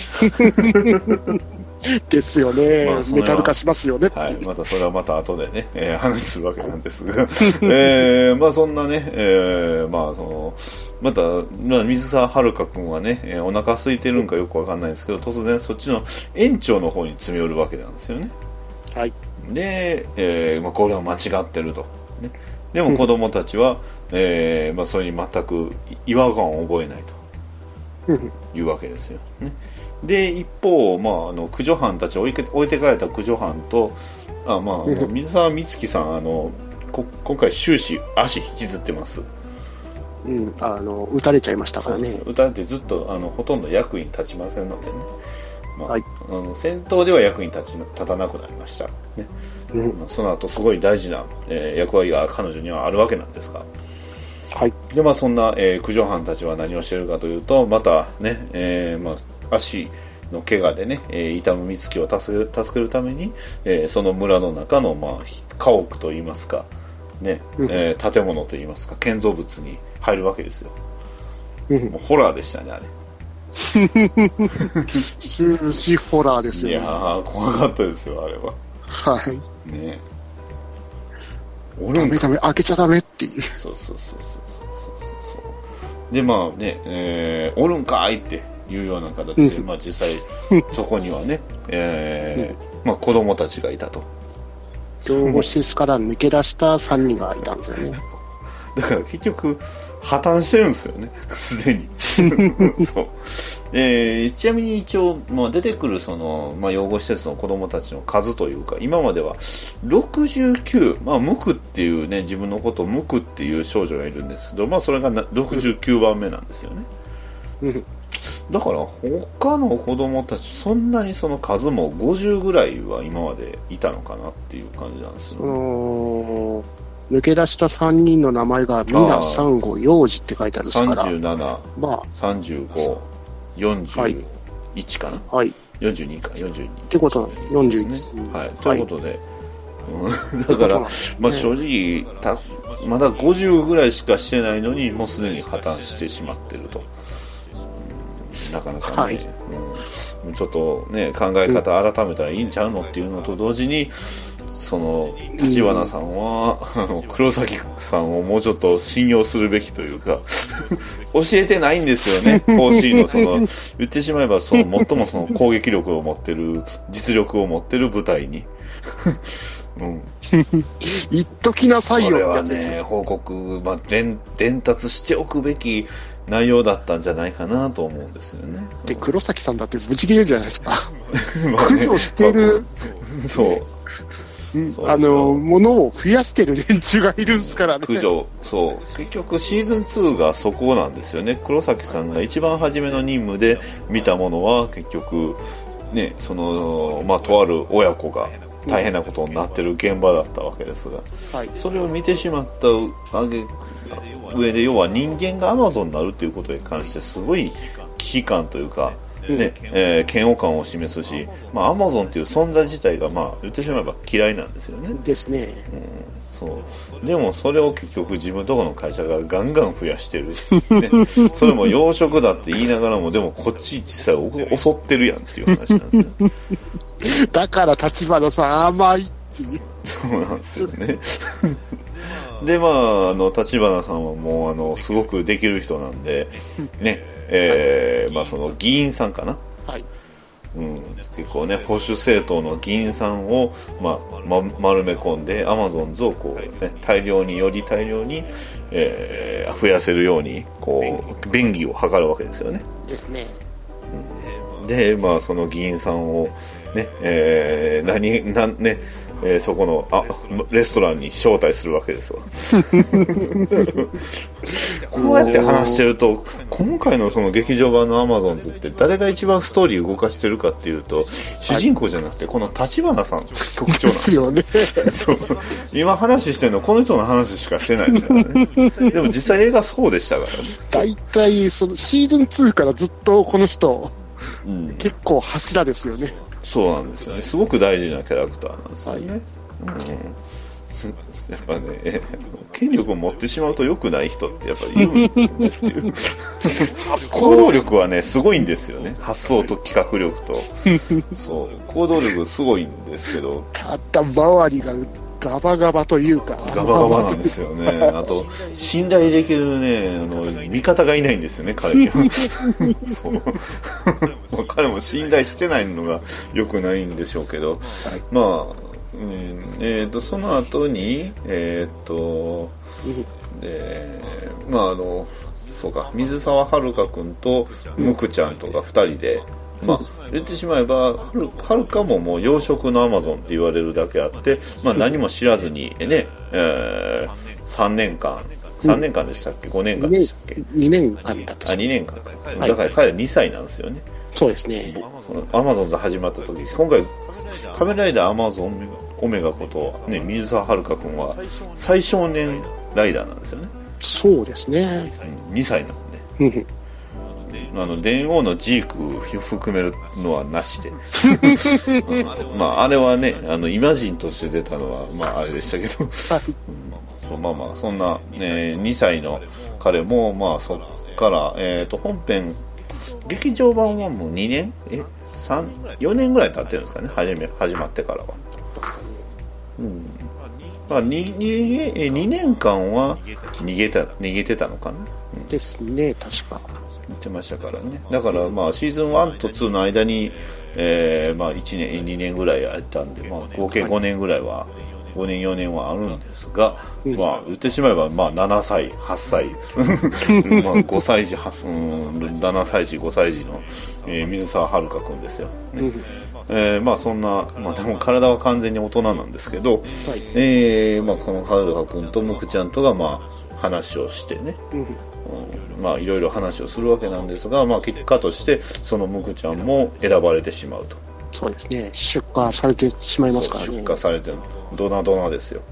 ですよね、まあ、メタル化しますよねって、 はい、またそれはまた後でね、えー、話するわけなんですが、えー、まあそんなね、えー、まあそのまた、まあ、水沢遥君はね、えー、お腹空いてるんかよくわかんないんですけど、突然そっちの園長の方に詰め寄るわけなんですよね。 はい。 で、えーまあ、これは間違ってると、ね、でも子供たちは、うんえーまあ、それに全く違和感を覚えないというわけですよね。で一方、まあ、あの駆除班たち置いて、置いてかれた駆除班とあ、まあ、あの水沢美月さんあのこ今回終始足引きずってます、 うん、あの撃たれちゃいましたからね。 撃たれてずっとあのほとんど役に立ちませんのでね、まあはい、 あの戦闘では役に立ち立たなくなりました、ねうんまあ、その後すごい大事な、えー、役割が彼女にはあるわけなんですが、 はいでまあ、そんな、えー、駆除班たちは何をしているかというとまたね、えーまあ足の怪我でね、えー、痛む美月を助ける、助けるために、えー、その村の中の、まあ、家屋といいますか、ねえー、建物といいますか建造物に入るわけですよ。もうホラーでしたねあれ。 終始ホラーですよね。 いやー怖かったですよあれは。 はいねダメダメ開けちゃダメっていう。 そうそうそうそうそうそうそうでまあね、えー、おるんかいっていうような形で、うんまあ、実際そこにはね、えーまあ、子供たちがいたと。 養護施設から抜け出したさんにんがいたんですよね。 だから結局破綻してるんですよねすでに。そう、えー、ちなみに一応、まあ、出てくるその、まあ、養護施設の子供たちの数というか今まではろくじゅうきゅう、まあ、ムクっていうね自分のことをムクっていう少女がいるんですけど、まあ、それがろくじゅうきゅうばんめなんですよね。うんだから他の子供たちそんなにその数もごじゅうぐらいは今までいたのかなっていう感じなんですよね。 その抜け出したさんにんの名前がみなさんご幼児って書いてあるんですからさんじゅうなな、まあ、さんじゅうご、よんじゅういちかな、 はい、 よんじゅうにかよんじゅうにってことはよんじゅういち、 はい、ということで、はい、だから、まあ、正直たまだごじゅうぐらいしかしてないのにもうすでに破綻してしまってると。なかなかね、はいうん、ちょっとね考え方改めたらいいんちゃうのっていうのと同時にその立花さんは、うん、あの黒崎さんをもうちょっと信用するべきというか教えてないんですよね。コーシーのその言ってしまえばその最もその攻撃力を持ってる実力を持ってる部隊にうん、 言っときなさいよ。 これはね報告、まあ、伝, 伝達しておくべき内容だったんじゃないかなと思うんですよね。 で黒崎さんだってブチ切れるじゃないですか。駆除してる、 まあ、そうあの物を増やしてる連中がいるんですからね。 駆除そう結局シーズンツーがそこなんですよね。黒崎さんが一番初めの任務で見たものは結局ねそのまあとある親子が大変なことになってる現場だったわけですが、はい、それを見てしまった上で要は人間がアマゾンになるということに関してすごい危機感というか、ねえー、嫌悪感を示すし、まあ、アマゾンという存在自体が、まあ、言ってしまえば嫌いなんですよね。 ですね、 うんそうでもそれを結局自分のところの会社がガンガン増やしてる、ね、それも養殖だって言いながらもでもこっち実際襲ってるやんっていう話なんですよだから立花さん甘いっていうそうなんですよねで、まあ、あの、立花さんはもう、あの、すごくできる人なんで、ね、えー、はい、まあ、その、議員さんかな。はい。うん、結構ね、保守政党の議員さんを、まあ、ま、丸め込んで、アマゾンズをこう、ね、大量に、より大量に、えー、増やせるように、こう、便宜を図るわけですよね。 ですね。 うん、で、まあ、その議員さんを、ね、えー、何、なん、ね、えー、そこのあレストランに招待するわけですわこうやって話してると今回のその劇場版のアマゾンズって誰が一番ストーリー動かしてるかっていうと主人公じゃなくてこの立花さん局長なんですよねそう今話してるのこの人の話しかしてないですからねでも実際映画そうでしたからね大体そのシーズンツーからずっとこの人、うん、結構柱ですよねそうなんですよね。すごく大事なキャラクターなんですよね。はい、うん、やっぱね、権力を持ってしまうと良くない人ってやっぱり言うんですねっていう。行動力はね、すごいんですよね。発想と企画力と。そう、行動力すごいんですけど。 ただ周りがガバガバというか。 ガバガバなんですよね。あと、信頼できるね、あの、味方がいないんですよね、彼には。そう。彼も信頼してないのが良くないんでしょうけど、はい、まあ、うんえー、とその後にえっ、ー、とでまああのそうか水沢遥君とムクちゃんとかふたりで、まあ言ってしまえばはるかももう養殖のアマゾンって言われるだけあって、まあ、何も知らずにね、えー、さんねんかんさんねんかんでしたっけごねんかんでしたっけにねんかんだったあにねんかんか、はい、だから彼はにさいなんですよねそうですねアマゾンズ始まった時今回仮面ライダーアマゾンオメガこと、ね、水沢遥君は最少年ライダーなんですよねそうですねにさいなんであの電王のジーク含めるのはなしで、うん、まああれはねあのイマジンとして出たのはまああれでしたけど、うん、まあまあそんな、ね、にさいの彼もまあそっから、えー、と本編劇場版はもうにねんえさんよねんぐらい経ってるんですかね始め始まってからは、うんまあ、にににねんかんは逃げた逃げてたのかな、 うん、ですね確か言ってましたからねだからまあシーズンワンとツーの間に、えー、まあいちねんにねんぐらいやったんで、まあ、合計ごねんぐらいはごねんよねんはあるんですが、うん、まあ言ってしまえばまあななさいはっさいまあごさい児ななさい児ごさい児の、えー、水沢遥君ですよ、ねうんえー、まあそんな、まあ、でも体は完全に大人なんですけど、はいえーまあ、この遥君とムクちゃんとがまあ話をしてね、うんうん、まあいろいろ話をするわけなんですが、まあ、結果としてそのムクちゃんも選ばれてしまうとそうですね出荷されてしまいますからね出荷されてドナドナですよ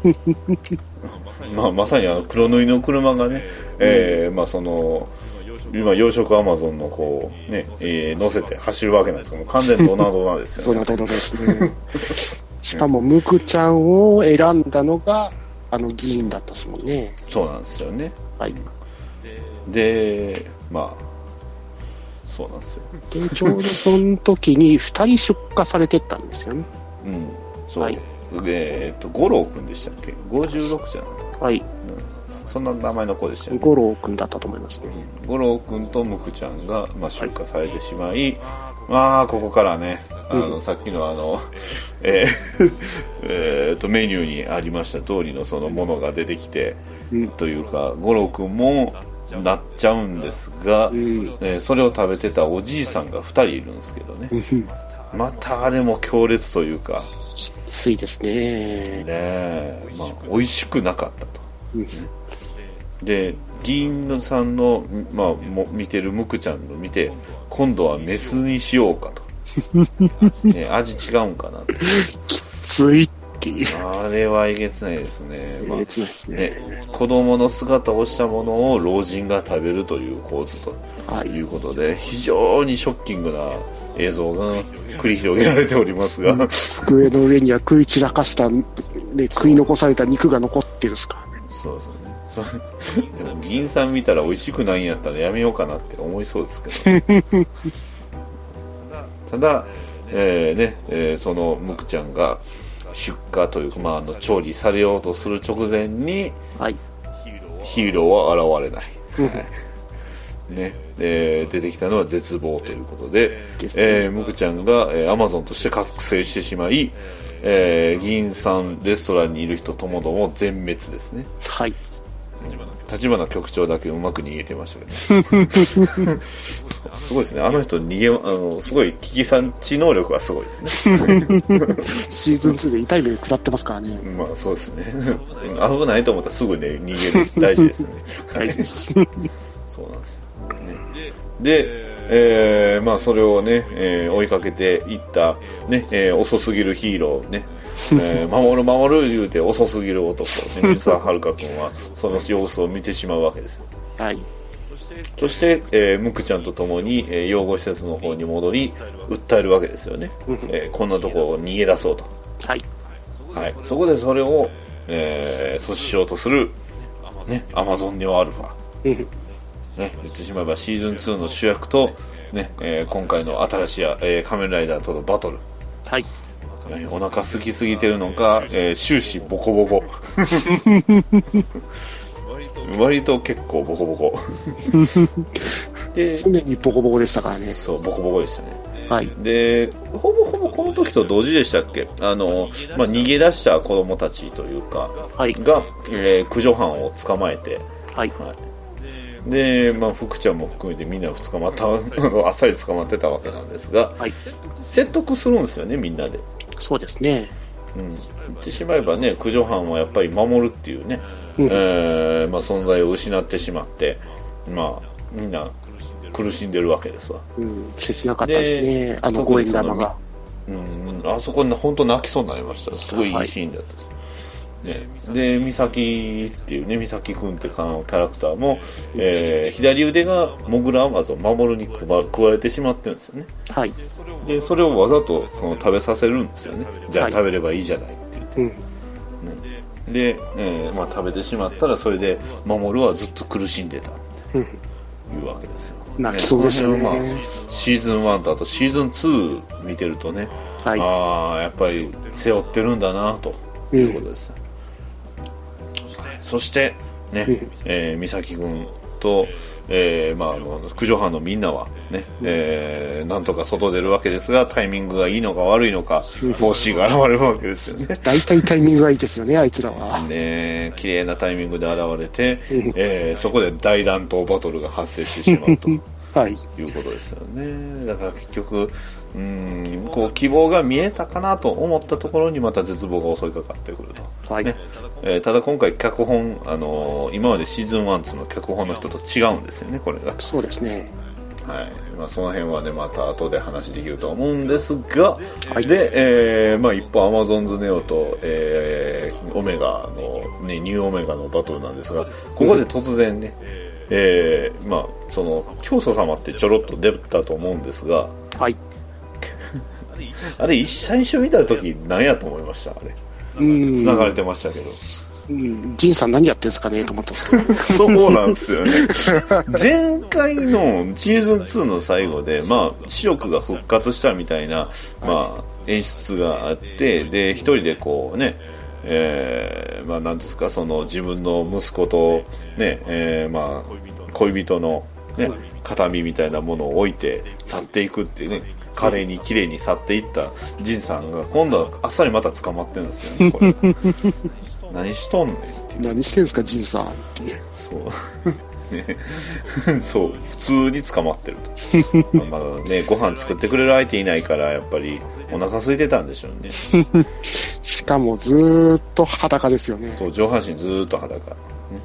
まあまさにあの黒塗りの車がね、うんえーまあ、その今養殖アマゾンのこうね、えー、乗せて走るわけなんですけど完全にドナドナですよねドナドナですねしかもムクちゃんを選んだのがあの議員だったですもんねそうなんですよねはいでまあそうなんですよでちょうどその時にふたり出荷されてったんですよねうんそう、はい、えー、っと五郎くんでしたっけごじゅうろくじゃなかったはいそんな名前の子でしたよね五郎くんだったと思いますね五郎くんとムクちゃんが、まあ、出荷されてしまい、はい、まあここからねあの、うん、さっきのあのえーえーとメニューにありました通りのそのものが出てきて、うん、というか五郎くんもなっちゃうんですが、うんえー、それを食べてたおじいさんがふたりいるんですけどね、うん、またあれも強烈というかきついですねねえ、まあ、美味しくなかったと、うんで議員さんの、まあ、も見てるムクちゃんの見て今度はメスにしようかと、ね、味違うんかなってきついっていうあれはえげつないですね、 まあ、えげつないですね、 ね子供の姿をしたものを老人が食べるという構図ということで、はい、非常にショッキングな映像が繰り広げられておりますが机の上には食い散らかした、ね、食い残された肉が残ってるんですからねそうですねでも議員さん見たら美味しくないんやったらやめようかなって思いそうですけどただ、えーねえー、そのムクちゃんが、 出荷というか、まあ、あの調理されようとする直前に、 はい、 ヒーローは現れない、はいねえー、出てきたのは絶望ということで、えー、ムクちゃんが、えー、アマゾンとして覚醒してしまい、えー、銀さんレストランにいる人ともども全滅ですね。 はい。 立花局長だけうまく逃げてましたけど、ね、すごいですね。あの人逃げあのすごい危機察知能力がすごいですね。 シーズンツーで痛い目食らってますからね。 まあそうですね。危ないと思ったらすぐね逃げる大事ですね。 大事です。そうなんですよ。ね、で、えー、まあそれをね、えー、追いかけていったね、えー、遅すぎるヒーローね。えー、守る守る言うて遅すぎる男、ね、水沢遥君はその様子を見てしまうわけですよ。 はい。 そして、えー、ムクちゃんと共に、えー、養護施設の方に戻り訴えるわけですよね。えー、こんなとこを逃げ出そうと。 はい。 はい。そこでそれを、えー、阻止しようとするね、アマゾンネオアルファ。ね、言ってしまえばシーズンツーの主役とね、えー、今回の新しい、えー、仮面ライダーとのバトル。 はい。 お腹空きすぎてるのか、えー、終始ボコボコ割と結構ボコボコで常にボコボコでしたからね。 そうボコボコでしたね。 はい。 でほぼほぼこの時と同時でしたっけ、あの、まあ、逃げ出した子供たちというか、はい、が、えー、駆除班を捕まえて、 はい、はい、 で、まあ、福ちゃんも含めてみんな捕まったあっさり捕まってたわけなんですが、はい、説得するんですよね、みんなで。 そうですね、 うん、言ってしまえばね、駆除班はやっぱり守るっていうね、うん、えーまあ、存在を失ってしまって、まあ、みんな苦しんでるわけですわ。うん、 切なかったですね、あの五円玉が。 うん、あそこに本当泣きそうになりました。すごいいいシーンだったです、はいね、で美咲っていうね、美咲くんってかのキャラクターも、えー、左腕がモグラアマゾン守るに食われてしまってるんですよね。はい。でそれをわざとその食べさせるんですよね。じゃあ食べればいいじゃないって言って、はいうん、で、えーまあ、食べてしまったらそれで守はずっと苦しんでたっていうわけですよ。 泣きそうですよね。 まあ、シーズンワンとあとシーズンツー見てるとね、はい、ああやっぱり背負ってるんだなということです、うんそしてね、うんえー、美咲君と、えーまあ、あの駆除班のみんなはね、うんえー、なんとか外出るわけですが、タイミングがいいのか悪いのか、フォーシーが現れるわけですよね。 大体タイミングがいいですよね、あいつらは。 ね、綺麗なタイミングで現れて、えー、そこで大乱闘バトルが発生してしまうと、はい、いうことですよね。だから結局うーんこう希望が見えたかなと思ったところにまた絶望が襲いかかってくると、はいねえー、ただ今回脚本、あのー、今までシーズンワン、ツーの脚本の人と違うんですよね、これが。 そうですね、 はいまあ、その辺はねまた後で話できると思うんですが、はい、で、えーまあ、一方アマゾンズネオと、えー、オメガの、ね、ニューオメガのバトルなんですが、ここで突然ね、うんえーまあ、その教祖様ってちょろっと出たと思うんですが、はいあれ最初見た時何やと思いました？あれうん繋がれてましたけど、 うん、ジンさん何やってんですかねと思ったんですけどそうなんですよね前回のシーズンツーの最後で、まあ、視力が復活したみたいな、まあ、演出があって、で一人でこうねえー、まあ何ですか、その自分の息子とね、えー、まあ恋人のね形見みたいなものを置いて去っていくっていうね、華麗に綺麗に去っていったジンさんが今度はあっさりまた捕まってるんですよね。これ何しとんねんっていう。 何してんすかジンさんっていう。 そうね、そう普通に捕まってるとまあね、ご飯作ってくれる相手いないからやっぱりお腹空いてたんでしょうねしかもずーっと裸ですよね。 そう上半身ずーっと裸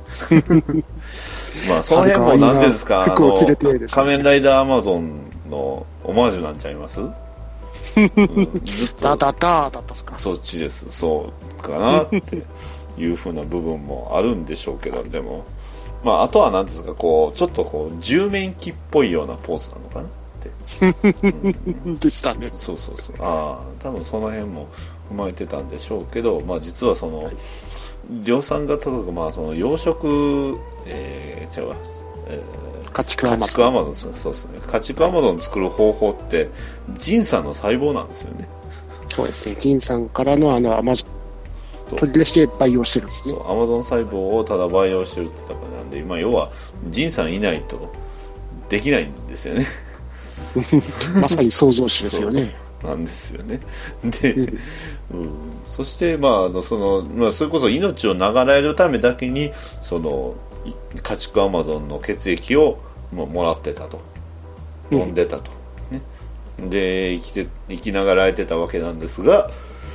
まあその辺も何ですか、あの仮面ライダーアマゾンのオマージュなんちゃいます、うん、 ずっとダダダーだったっすか。 そっちです、そうかなっていう風な部分もあるんでしょうけど、でもまあ、あとは何ですか、こうちょっとこう十面鬼っぽいようなポーズなのかなって、 うん、でしたね。 そうそうそう、ああ多分その辺も踏まえてたんでしょうけど、まあ、実はその、はい、量産型とか、まあ、その養殖、えー、違うわ、えー、 家畜アマゾン、 家畜アマゾン、そうですね、家畜アマゾン作る方法ってジンさんの細胞なんですよね。 そうですね。ジンさんからのあのアマゾン取り出して培養してるんですね。 そう、アマゾン細胞をただ培養してるってだけなんで、まあ、要はジンさんいないとできないんですよね。 まさに創造主ですよね。 なんですよね。で、うん、そしてまああのそのまあそれこそ命を長らえるためだけにその家畜アマゾンの血液をももらってたと、飲んでたと、ね、で生きて生きながらえてたわけなんですが、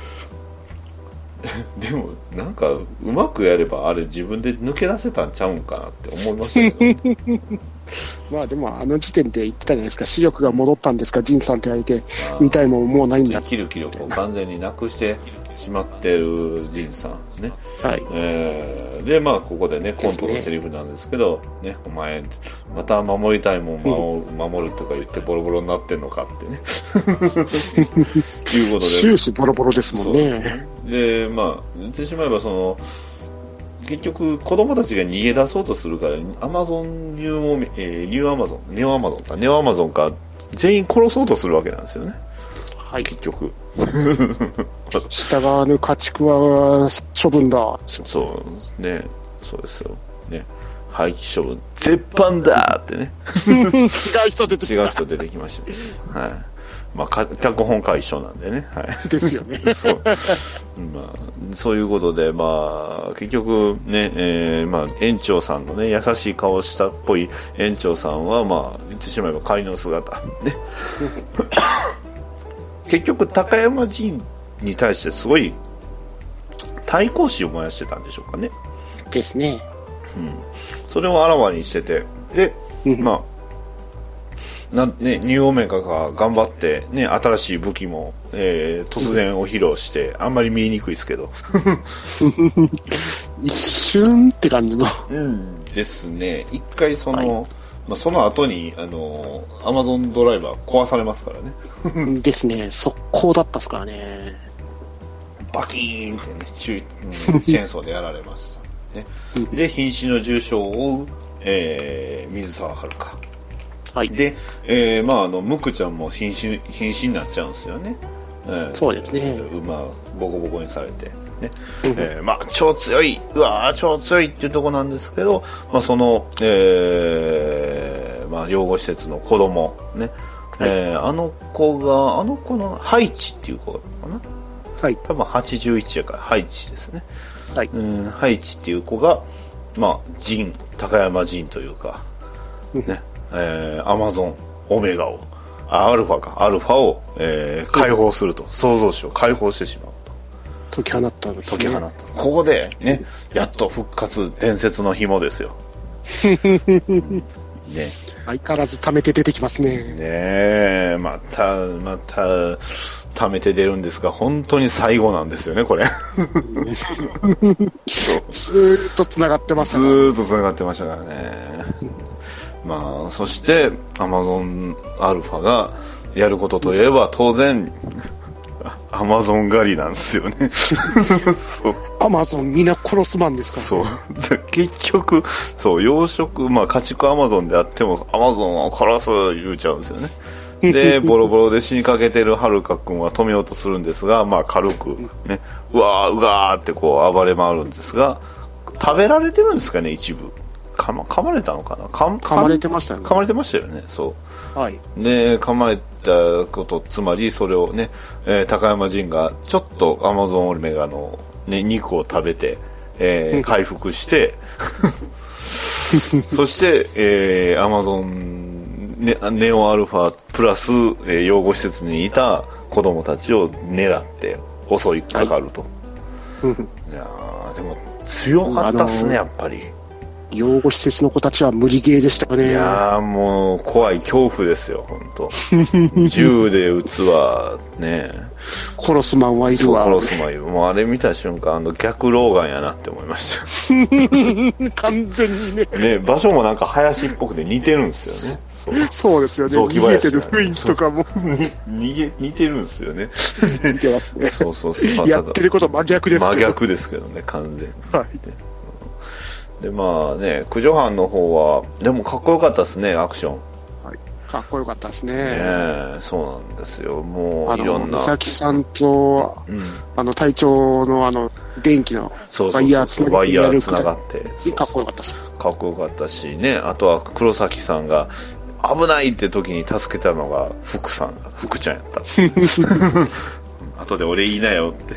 でもなんかうまくやればあれ自分で抜け出せたんちゃうんかなって思いましたけど、ね。 まあでもあの時点で言ってたじゃないですか、視力が戻ったんですかジンさんって言われて、みたいももうないんだ。 生きる気力を完全になくしてしまってるジンさんね。 はい。 えー、でまあここでねコントのセリフなんですけどね、お前また守りたいもん守る、うん、守るとか言ってボロボロになってんのかってね。いうことで終始ボロボロですもんね。 ねでまあ言ってしまえばその。結局子供たちが逃げ出そうとするからアマゾンニューオメ、えー、ニューアマゾンネオアマゾンかネオアマゾンか全員殺そうとするわけなんですよね。 はい。 結局従わぬ家畜は処分だ。 そうですね。そうですよね。廃棄処分絶版だってね。 違う人出てきた。 違う人出てきました、ね。はい。まあ、脚本家一緒なんでね、はい、 ですよね。 そう、まあ、そういうことで、まあ、結局ね、えーまあ、園長さんのね優しい顔したっぽい園長さんは、まあ、言ってしまえば仮の姿ね。結局高山陣に対してすごい対抗心を燃やしてたんでしょうかね。 ですね。 うん、それをあらわにしてて、で、まあ。なね、ニューオメガが頑張って、ね、新しい武器も、えー、突然お披露してあんまり見えにくいですけど一瞬って感じの、 うん、ですね。一回その、はい、まあ、その後にあのアマゾンドライバー壊されますからね。 ですね。速攻だったっすからね。 バキーンってねチュ、うん、チェーンソーでやられました、ね、で瀕死の重傷を負う、えー、水沢遥。 はい、 で、えー、まああのムクちゃんも瀕死瀕死になっちゃうんですよね。えー、 そうですね。 馬ボコボコにされてね、えー、まあ超強いうわー超強いっていうところなんですけど、まあその、えー、まあ養護施設の子供ね、はい、えー、あの子があの子のハイチっていう子かな。 はい。 多分はちじゅういちやからハイチですね。 はい。 うん、ハイチっていう子がまあジン高山ジンというかね。えー、アマゾンオメガをあアルファかアルファを、えー、解放すると、創造主を解放してしまうと解き放ったんですね。 解き放ったここでねやっと復活伝説の紐ですよ。ね、 相変わらず貯めて出てきますね。 ねえまたまた貯めて出るんですが本当に最後なんですよねこれ。 ずーっとつながってましたね。ずーっとつながってましたからね。まあ、そしてアマゾンアルファがやることといえば当然アマゾン狩りなんですよね。そうアマゾンみんな殺すマンですから、 ね、そう結局そう養殖、まあ、家畜アマゾンであってもアマゾンを殺す言うちゃうんですよね。でボロボロで死にかけてるはるか君は止めようとするんですが、まあ、軽くねうわーうわーってこう暴れ回るんですが食べられてるんですかね一部。噛ま、噛まれたのかな。噛噛まれてましたよね。 噛まれてましたよね。そう。はい。で、噛まれたこと、つまりそれをね、えー、高山陣がちょっとアマゾンオメガの、ね、肉を食べて、えー、回復して、そして、えー、アマゾンネ、ネオアルファプラス、えー、養護施設にいた子供たちを狙って襲いかかると。はい、いやでも強かったっすね、やっぱり。 養護施設の子たちは無理ゲーでしたね。 いやーもう怖い恐怖ですよ本当。銃で撃つわね。 殺すマンはいるわ。 殺すマンいる。もうあれ見た瞬間あの逆老眼やなって思いました。 完全にね。 ね場所もなんか林っぽくて似てるんですよね。 そう、そうですよね。逃げてる雰囲気とかも逃げ似てるんですよね。 似てますね。 そうそうそう。まあ、 やってること真逆ですけど。 真逆ですけどね完全に。 はい。 でまあね駆除班の方はでもかっこよかったですねアクション。 はい、 かっこよかったですね。 ねそうなんですよ。もういろんな。 美咲さんと、うん、あの隊長のあの電気のワイヤーつながってやるくらいかっこよかったです。 かっこよかったしね。あとは黒崎さんが危ないって時に助けたのが福さん、福ちゃんやった。後で俺言いなよって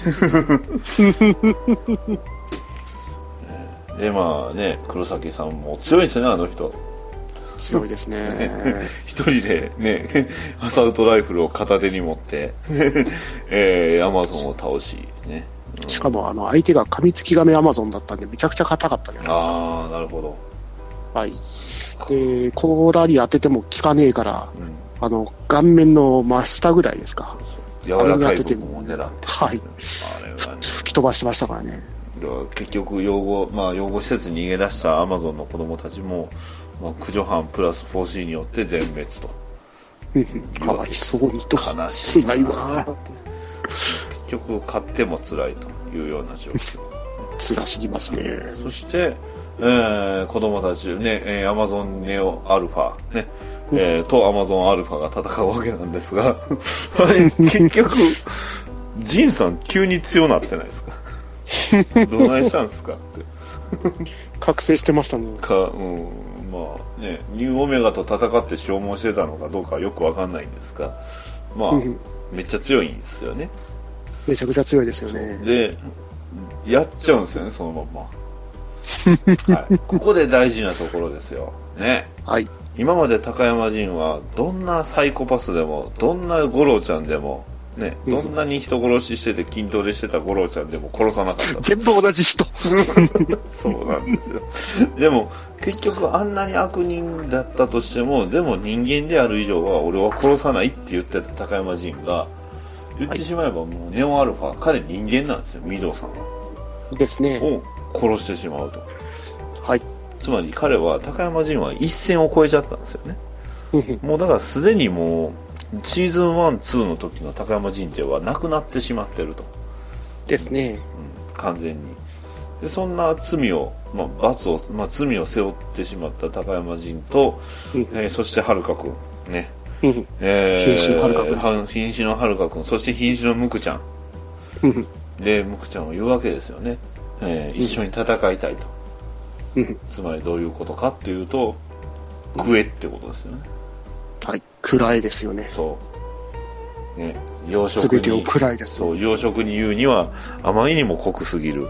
でまあね黒崎さんも強いですねあの人強いですね一人でねアサルトライフルを片手に持ってえー、アマゾンを倒しね、 うん、しかもあの相手がカミツキガメアマゾンだったんでめちゃくちゃ硬かったじゃないですか。 ああなるほど。 はいでコーラリ当てても効かねえから、うん、あの顔面の真下ぐらいですかそうそう柔らかい部分を狙って、ね、 はい、あれはね、吹き飛ばしてましたからね。 結局養護、まあ、養護施設に逃げ出したアマゾンの子供たちも、まあ、駆除班プラス フォーシー によって全滅とかわいそうにと悲しい辛いわ結局買っても辛いというような状況辛すぎますね。 そして、えー、子供たちね、えー、アマゾンネオアルファねえー、とアマゾンアルファが戦うわけなんですが結局ジンさん急に強なってないですかどないしたんですかって覚醒してましたねか、うん、まあねニューオメガと戦って消耗してたのかどうかよくわかんないんですがまあ、うん、めっちゃ強いんですよね。 めちゃくちゃ強いですよね。 でやっちゃうんですよねそのまま、はい、ここで大事なところですよね。 はい今まで高山仁はどんなサイコパスでもどんな五郎ちゃんでもね、どんなに人殺ししてて筋トレしてた五郎ちゃんでも殺さなかった全部同じ人そうなんですよ。でも結局あんなに悪人だったとしてもでも人間である以上は俺は殺さないって言ってた高山仁が言ってしまえばもうネオアルファ彼人間なんですよ御堂さんはですねを殺してしまうと。 はいつまり彼は高山仁は一線を越えちゃったんですよねもうだからすでにもうシーズンワン、ツーの時の高山仁ってはなくなってしまってるとですね、 うん、完全にでそんな罪を、まあ、罰を、まあ、罪を背負ってしまった高山仁と、うんえー、そして遥くんね、 うんえー、瀕死の遥くん瀕死の遥くんそして瀕死のムクちゃん、うん、でムクちゃんを言うわけですよね、えー、一緒に戦いたいとつまりどういうことかっていうと食えってことですよね。 はい暗いですよね。 そうね養殖に全てを暗いです、ね、 そう養殖に言うにはあまりにも濃くすぎる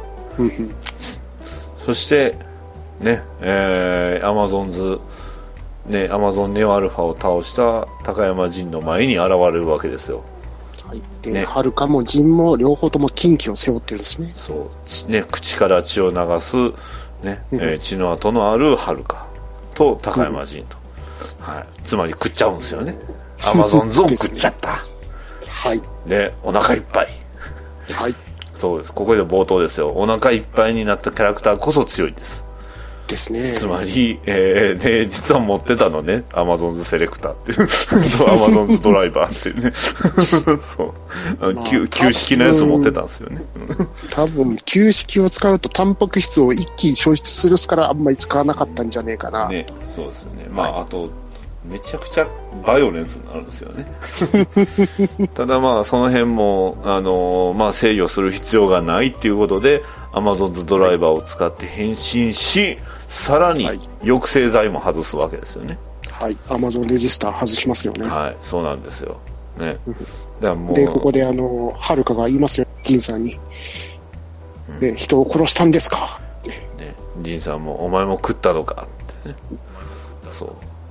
そしてねえー、アマゾンズねアマゾンネオアルファを倒した高山仁の前に現れるわけですよ。 はい、で、ね、はるかも仁も両方とも禁忌を背負ってるんですね。 そうね口から血を流すねえー、血の跡のあるはるかと高山仁と、うんはい、つまり食っちゃうんですよね。アマゾンズを食っちゃった、ね、 はいでお腹いっぱいはいそうですここで冒頭ですよ。お腹いっぱいになったキャラクターこそ強いんですですね。 つまり、えー、で実は持ってたのねアマゾンズセレクターっていうアマゾンズドライバーっていうねそうあの、まあ、旧, 旧式のやつ持ってたんですよね多分旧式を使うとタンパク質を一気に消失するからあんまり使わなかったんじゃねえかな、 ね、そうですよね。まあ、はい、あとめちゃくちゃバイオレンスになるんですよねただまあその辺も、あのーまあ、制御する必要がないっていうことでアマゾンズドライバーを使って変身しさらに抑制剤も外すわけですよね。 はいアマゾンレジスター外しますよね。 はいそうなんですよねだからもうでここであのはるかが言いますよジンさんに、うん、人を殺したんですかって、 ね、ジンさんもお前も食ったのかってねそう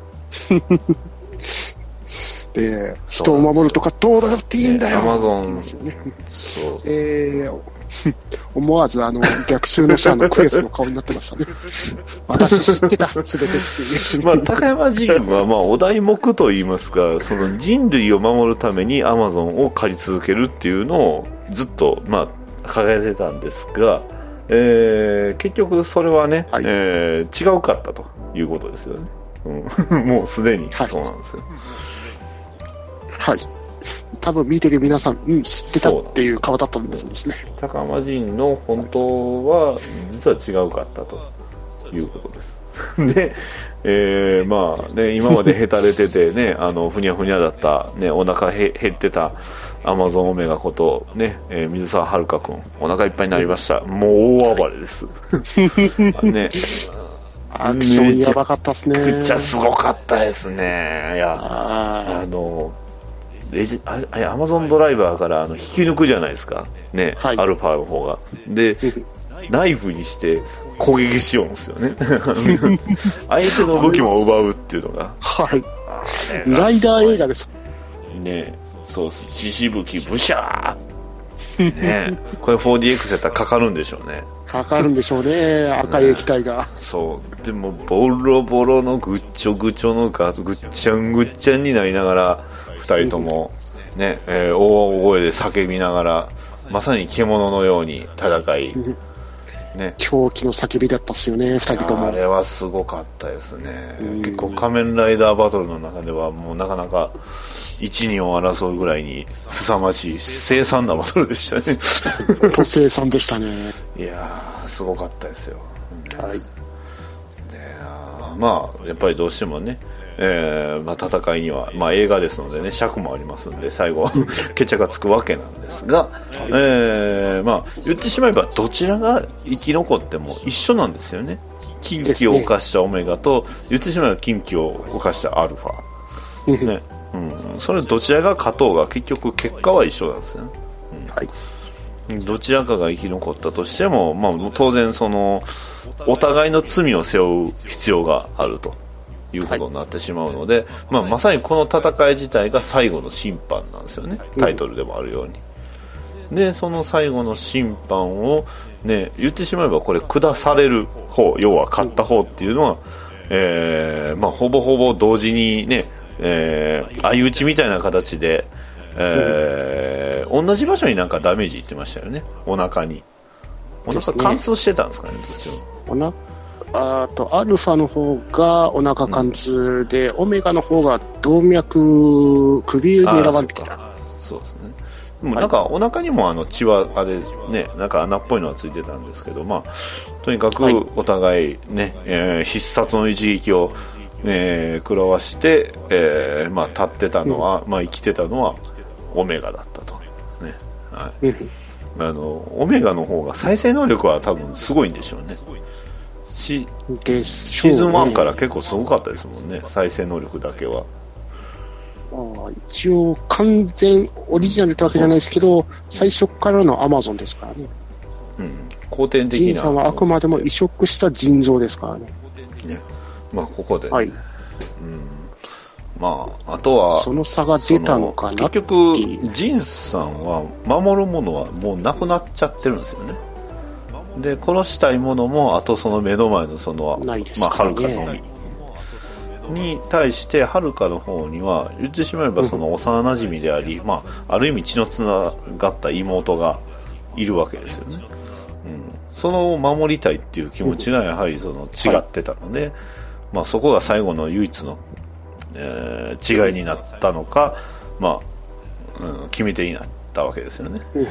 で人を守るとかどうだっていいんだよ、 アマゾン、 ね、そうえー思わずあの逆襲のシャアのクエスの顔になってましたね私知ってた連れてっていう、 まあ、高山仁はまあお題目といいますかその人類を守るためにアマゾンを借り続けるっていうのをずっとまあ掲げてたんですが、えー、結局それはね、はいえー、違うかったということですよね、うん、もうすでにそうなんですよ。 はい、はい多分見てる皆さん、うん、知ってたっていう顔だったんですね。 高山仁の本当は実は違うかったということですで、えー、まあね、今までへたれててね、あのふにゃふにゃだった、ね、お腹へ減ってたアマゾンオメガこと、ねえー、水沢遥君、お腹いっぱいになりました。もう大暴れですね、 アクションやばかったっすね。 めっちゃすごかったですね。いや、ああのレジああアマゾンドライバーからあの引き抜くじゃないですかね、はい、アルファの方がでナイフにして攻撃しようんですよね相手の武器も奪うっていうのが、 はい、ライダー映画ですね。そうです、血しぶきブシャーね、これ フォーディーエックス やったらかかるんでしょうね。 かかるんでしょうね、赤い液体が、ね、 そうでもボロボロのぐっちょぐちょのガぐっちゃんぐっちゃんになりながらふたりとも、ねえー、大声で叫びながらまさに獣のように戦い、ね、 狂気の叫びだったっすよね、ふたりとも。 あれはすごかったですね。結構仮面ライダーバトルの中ではもうなかなかいち、にを争うぐらいに凄まじい凄惨なバトルでしたねと凄惨でしたね。 いやーすごかったですよ、 はい。 でまあやっぱりどうしてもね、えーまあ、戦いには、まあ、映画ですのでね尺もありますんで最後決着がつくわけなんですが、えーまあ、言ってしまえばどちらが生き残っても一緒なんですよね。禁忌を犯したオメガと、言ってしまえば禁忌を犯したアルファ、ねうん、それどちらが勝とうが結局結果は一緒なんですよね、うんはい、どちらかが生き残ったとしても、まあ、当然そのお互いの罪を背負う必要があるということになってしまうので、はいまあ、まさにこの戦い自体が最後の審判なんですよね、タイトルでもあるように、うん、でその最後の審判を、ね、言ってしまえばこれ下される方、要は勝った方っていうのは、うんえーまあ、ほぼほぼ同時にね、えー、相打ちみたいな形で、えーうん、同じ場所になんかダメージいってましたよね、お腹に。お腹貫通してたんですかね、どっちも。 おなあとアルファの方がお腹貫通で、うん、オメガの方が動脈首を狙われてきた。 そうですね。でもなんかお腹にもあの血はあれね、なんか穴っぽいのはついてたんですけど、まあとにかくお互いね、はいえー、必殺の一撃を、えー、食らわして、えー、まあ立ってたのは、うん、まあ生きてたのはオメガだったとね。はい。うんあのオメガの方が再生能力は多分すごいんでしょうね。しでシーズンワンから結構すごかったですもんね、再生能力だけは。 あ一応完全オリジナルってわけじゃないですけど、うん、最初からのアマゾンですからね。 うん、後天的な。 ジンさんはあくまでも移植した腎臓ですからね。 ね、まあここで、ね、 はい。 うんまあ、あとはその差が出たのかな。 結局ジンさんは守るものはもうなくなっちゃってるんですよね。で殺したいものもあとその目の前のそのないですかね、 まあ、はるかのみに対してはるかの方には言ってしまえばその幼馴染であり、うんまあ、ある意味血のつながった妹がいるわけですよね、うん、その守りたいっていう気持ちがやはりその違ってたので、はいまあ、そこが最後の唯一のえー、違いになったのか、まあうん、決め手になったわけですよね、うんはい、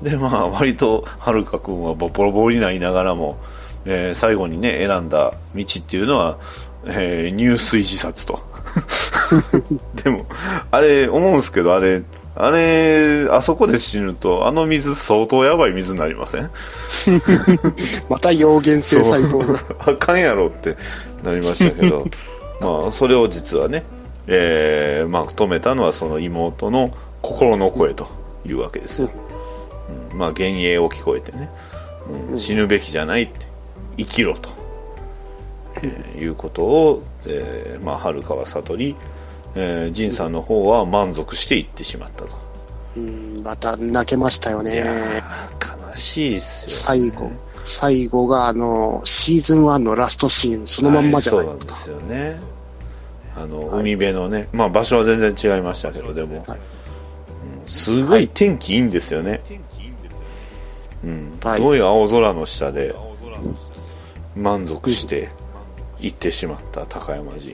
でまあ割とはるか君はボロボロになりながらも、えー、最後にね選んだ道っていうのは、えー、入水自殺とでもあれ思うんですけどあれあれあそこで死ぬとあの水相当やばい水になりませんまた溶原性細胞があかんやろってなりましたけどまあ、それを実はね、えーまあ、止めたのはその妹の心の声というわけですよ、うんまあ、幻影を聞こえてね、うん、死ぬべきじゃない生きろと、えー、いうことを、えーまあ、はるかは悟り、えー、ジンさんの方は満足していってしまったと。 うんまた泣けましたよね。 いや悲しいっすよ、 ね、最後最後があのシーズンワンのラストシーンそのまんまじゃないですか、 はい、そうなんですよね。あの、はい、海辺のね、まあ、場所は全然違いましたけどでも、はいうん、すごい天気いいんですよね、うんはい、すごい青空の下で満足して行ってしまった高山寺、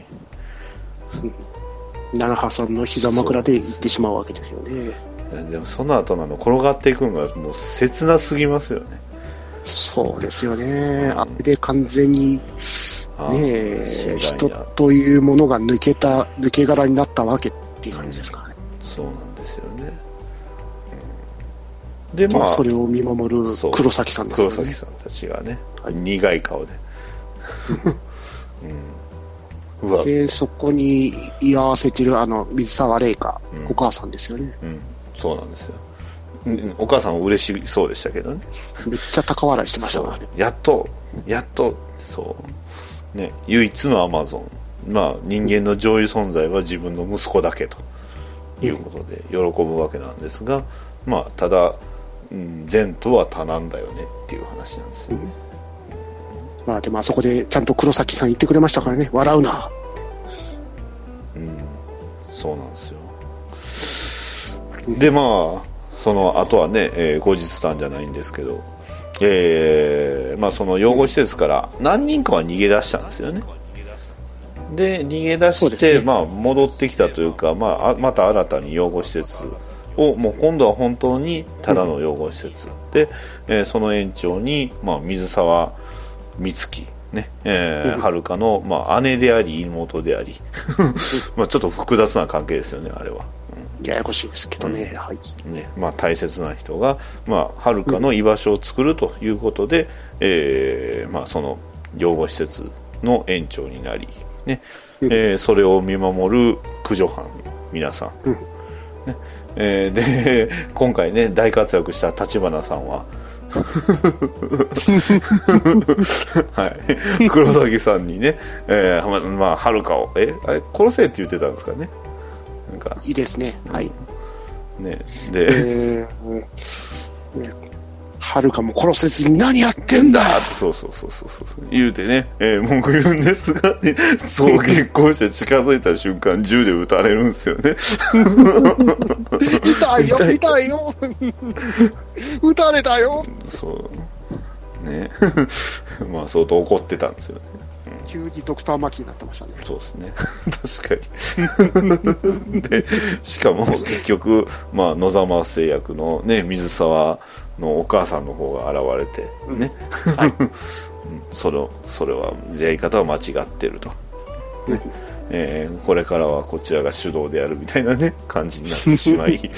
七波さんの膝枕で行ってしまうわけですよね。 でもその後のあの転がっていくのがもう切なすぎますよねそうですよね。あれで完全に、ね、人というものが抜けた、抜け殻になったわけっていう感じですからね。 うん、そうなんですよね。で、まあ、 それを見守る黒崎さんですね。 黒崎さんたちがね、はい、苦い顔で。 うん、うわで、そこに居合わせてるあの水沢玲香、うん、お母さんですよね。 うん、そうなんですよ。お母さんは嬉しそうでしたけどね。 めっちゃ高笑いしてましたからね。 やっと、やっと、そう。ね、唯一のアマゾン。まあ、人間の上位存在は自分の息子だけということで喜ぶわけなんですが、うん、まあ、ただ、うん、善とは他なんだよねっていう話なんですよね。 うん、まあ、でもあそこでちゃんと黒崎さん言ってくれましたからね。笑うな。 うん、そうなんですよ。うん、で、まあ、その後はね、えー、後日談じゃないんですけど、えーまあ、その養護施設から何人かは逃げ出したんですよね。で逃げ出して、ね、まあ、戻ってきたというか、まあ、また新たに養護施設をもう今度は本当にただの養護施設、うん、で、えー、その園長に、まあ、水沢美月ねえー、遥の、まあ、姉であり妹でありまあちょっと複雑な関係ですよねあれは。 ややこしいですけどね、うん、はいね、まあ、大切な人が、まあ、遥の居場所を作るということで、うん、えーまあ、その養護施設の園長になり、ねうんえー、それを見守る駆除班の皆さん、うんねえー、で今回ね大活躍した立花さんははい、黒崎さんにね、えー、まあ遥をえあれ殺せって言ってたんですかね。なんかいいですね、はい、 ねで、 えーね、遥も殺せずに何やってんだってそうそうそうそうそう言うてね、えー、文句言うんですが、ね、そう結婚して近づいた瞬間銃で撃たれるんですよね痛いよ痛いよ撃たれたよそうねまあ相当怒ってたんですよね。 急にドクターマキになってましたね。 そうですね確かにでしかも結局、まあ、野沢製薬の、ね、水沢のお母さんの方が現れてね、うんはい、それそれはやり方は間違ってると、ねえー、これからはこちらが主導であるみたいなね感じになってしまい、はいはい、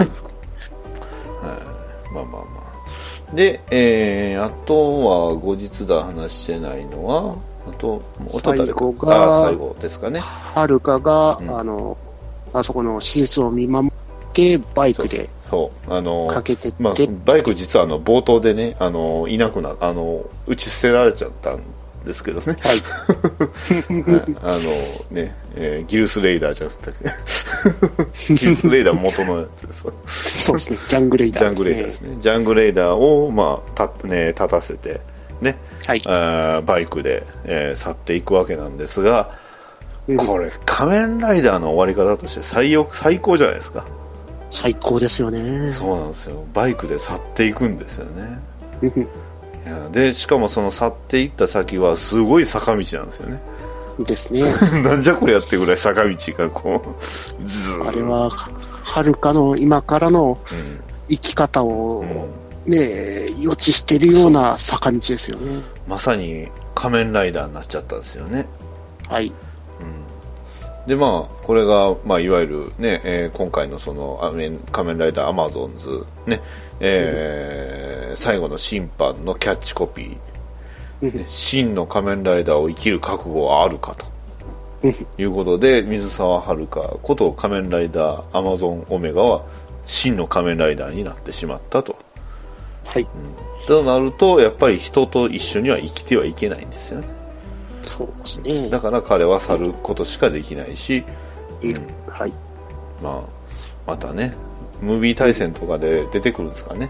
まあまあまあで、えー、あとは後日談話してないのはあと最後が最後ですかね。 遥が、うん、あのあそこの施設を見守ってバイクでそうあのかけてって、 まあ、バイク実はあの冒頭でねあのいなくなあの打ち捨てられちゃったんですけどね。はい。あのね、えー、ギルスレイダーじゃなくてギルスレイダー元のやつです。 そうですね。ジャングレイダーですね。 ジャングレイダーですね。ジャングレイダーをまあたね立たせて。ねはい、あバイクで、えー、去っていくわけなんですが、うん、これ仮面ライダーの終わり方として 最, 最高じゃないですか。 最高ですよね。 そうなんですよ。バイクで去っていくんですよねいやでしかもその去っていった先はすごい坂道なんですよね。 ですねなんじゃこれやってぐらい坂道がこうずーあれは遥の今からの生き方を、うんうんね、予知してるような坂道ですよね。 まさに仮面ライダーになっちゃったんですよね。 はい、 うん、でまあこれが、まあ、いわゆるね、えー、今回のその仮面ライダーアマゾンズね、えーうん、最後の審判のキャッチコピー、うん、真の仮面ライダーを生きる覚悟はあるかと、うん、いうことで水沢遥こと仮面ライダーアマゾンオメガは真の仮面ライダーになってしまったと。 はい、うん、 となるとやっぱり人と一緒には生きてはいけないんですよね。 そうですね。 だから彼は去ることしかできないし、 うんうんはいまあ、またねムービー対戦とかで出てくるんですかね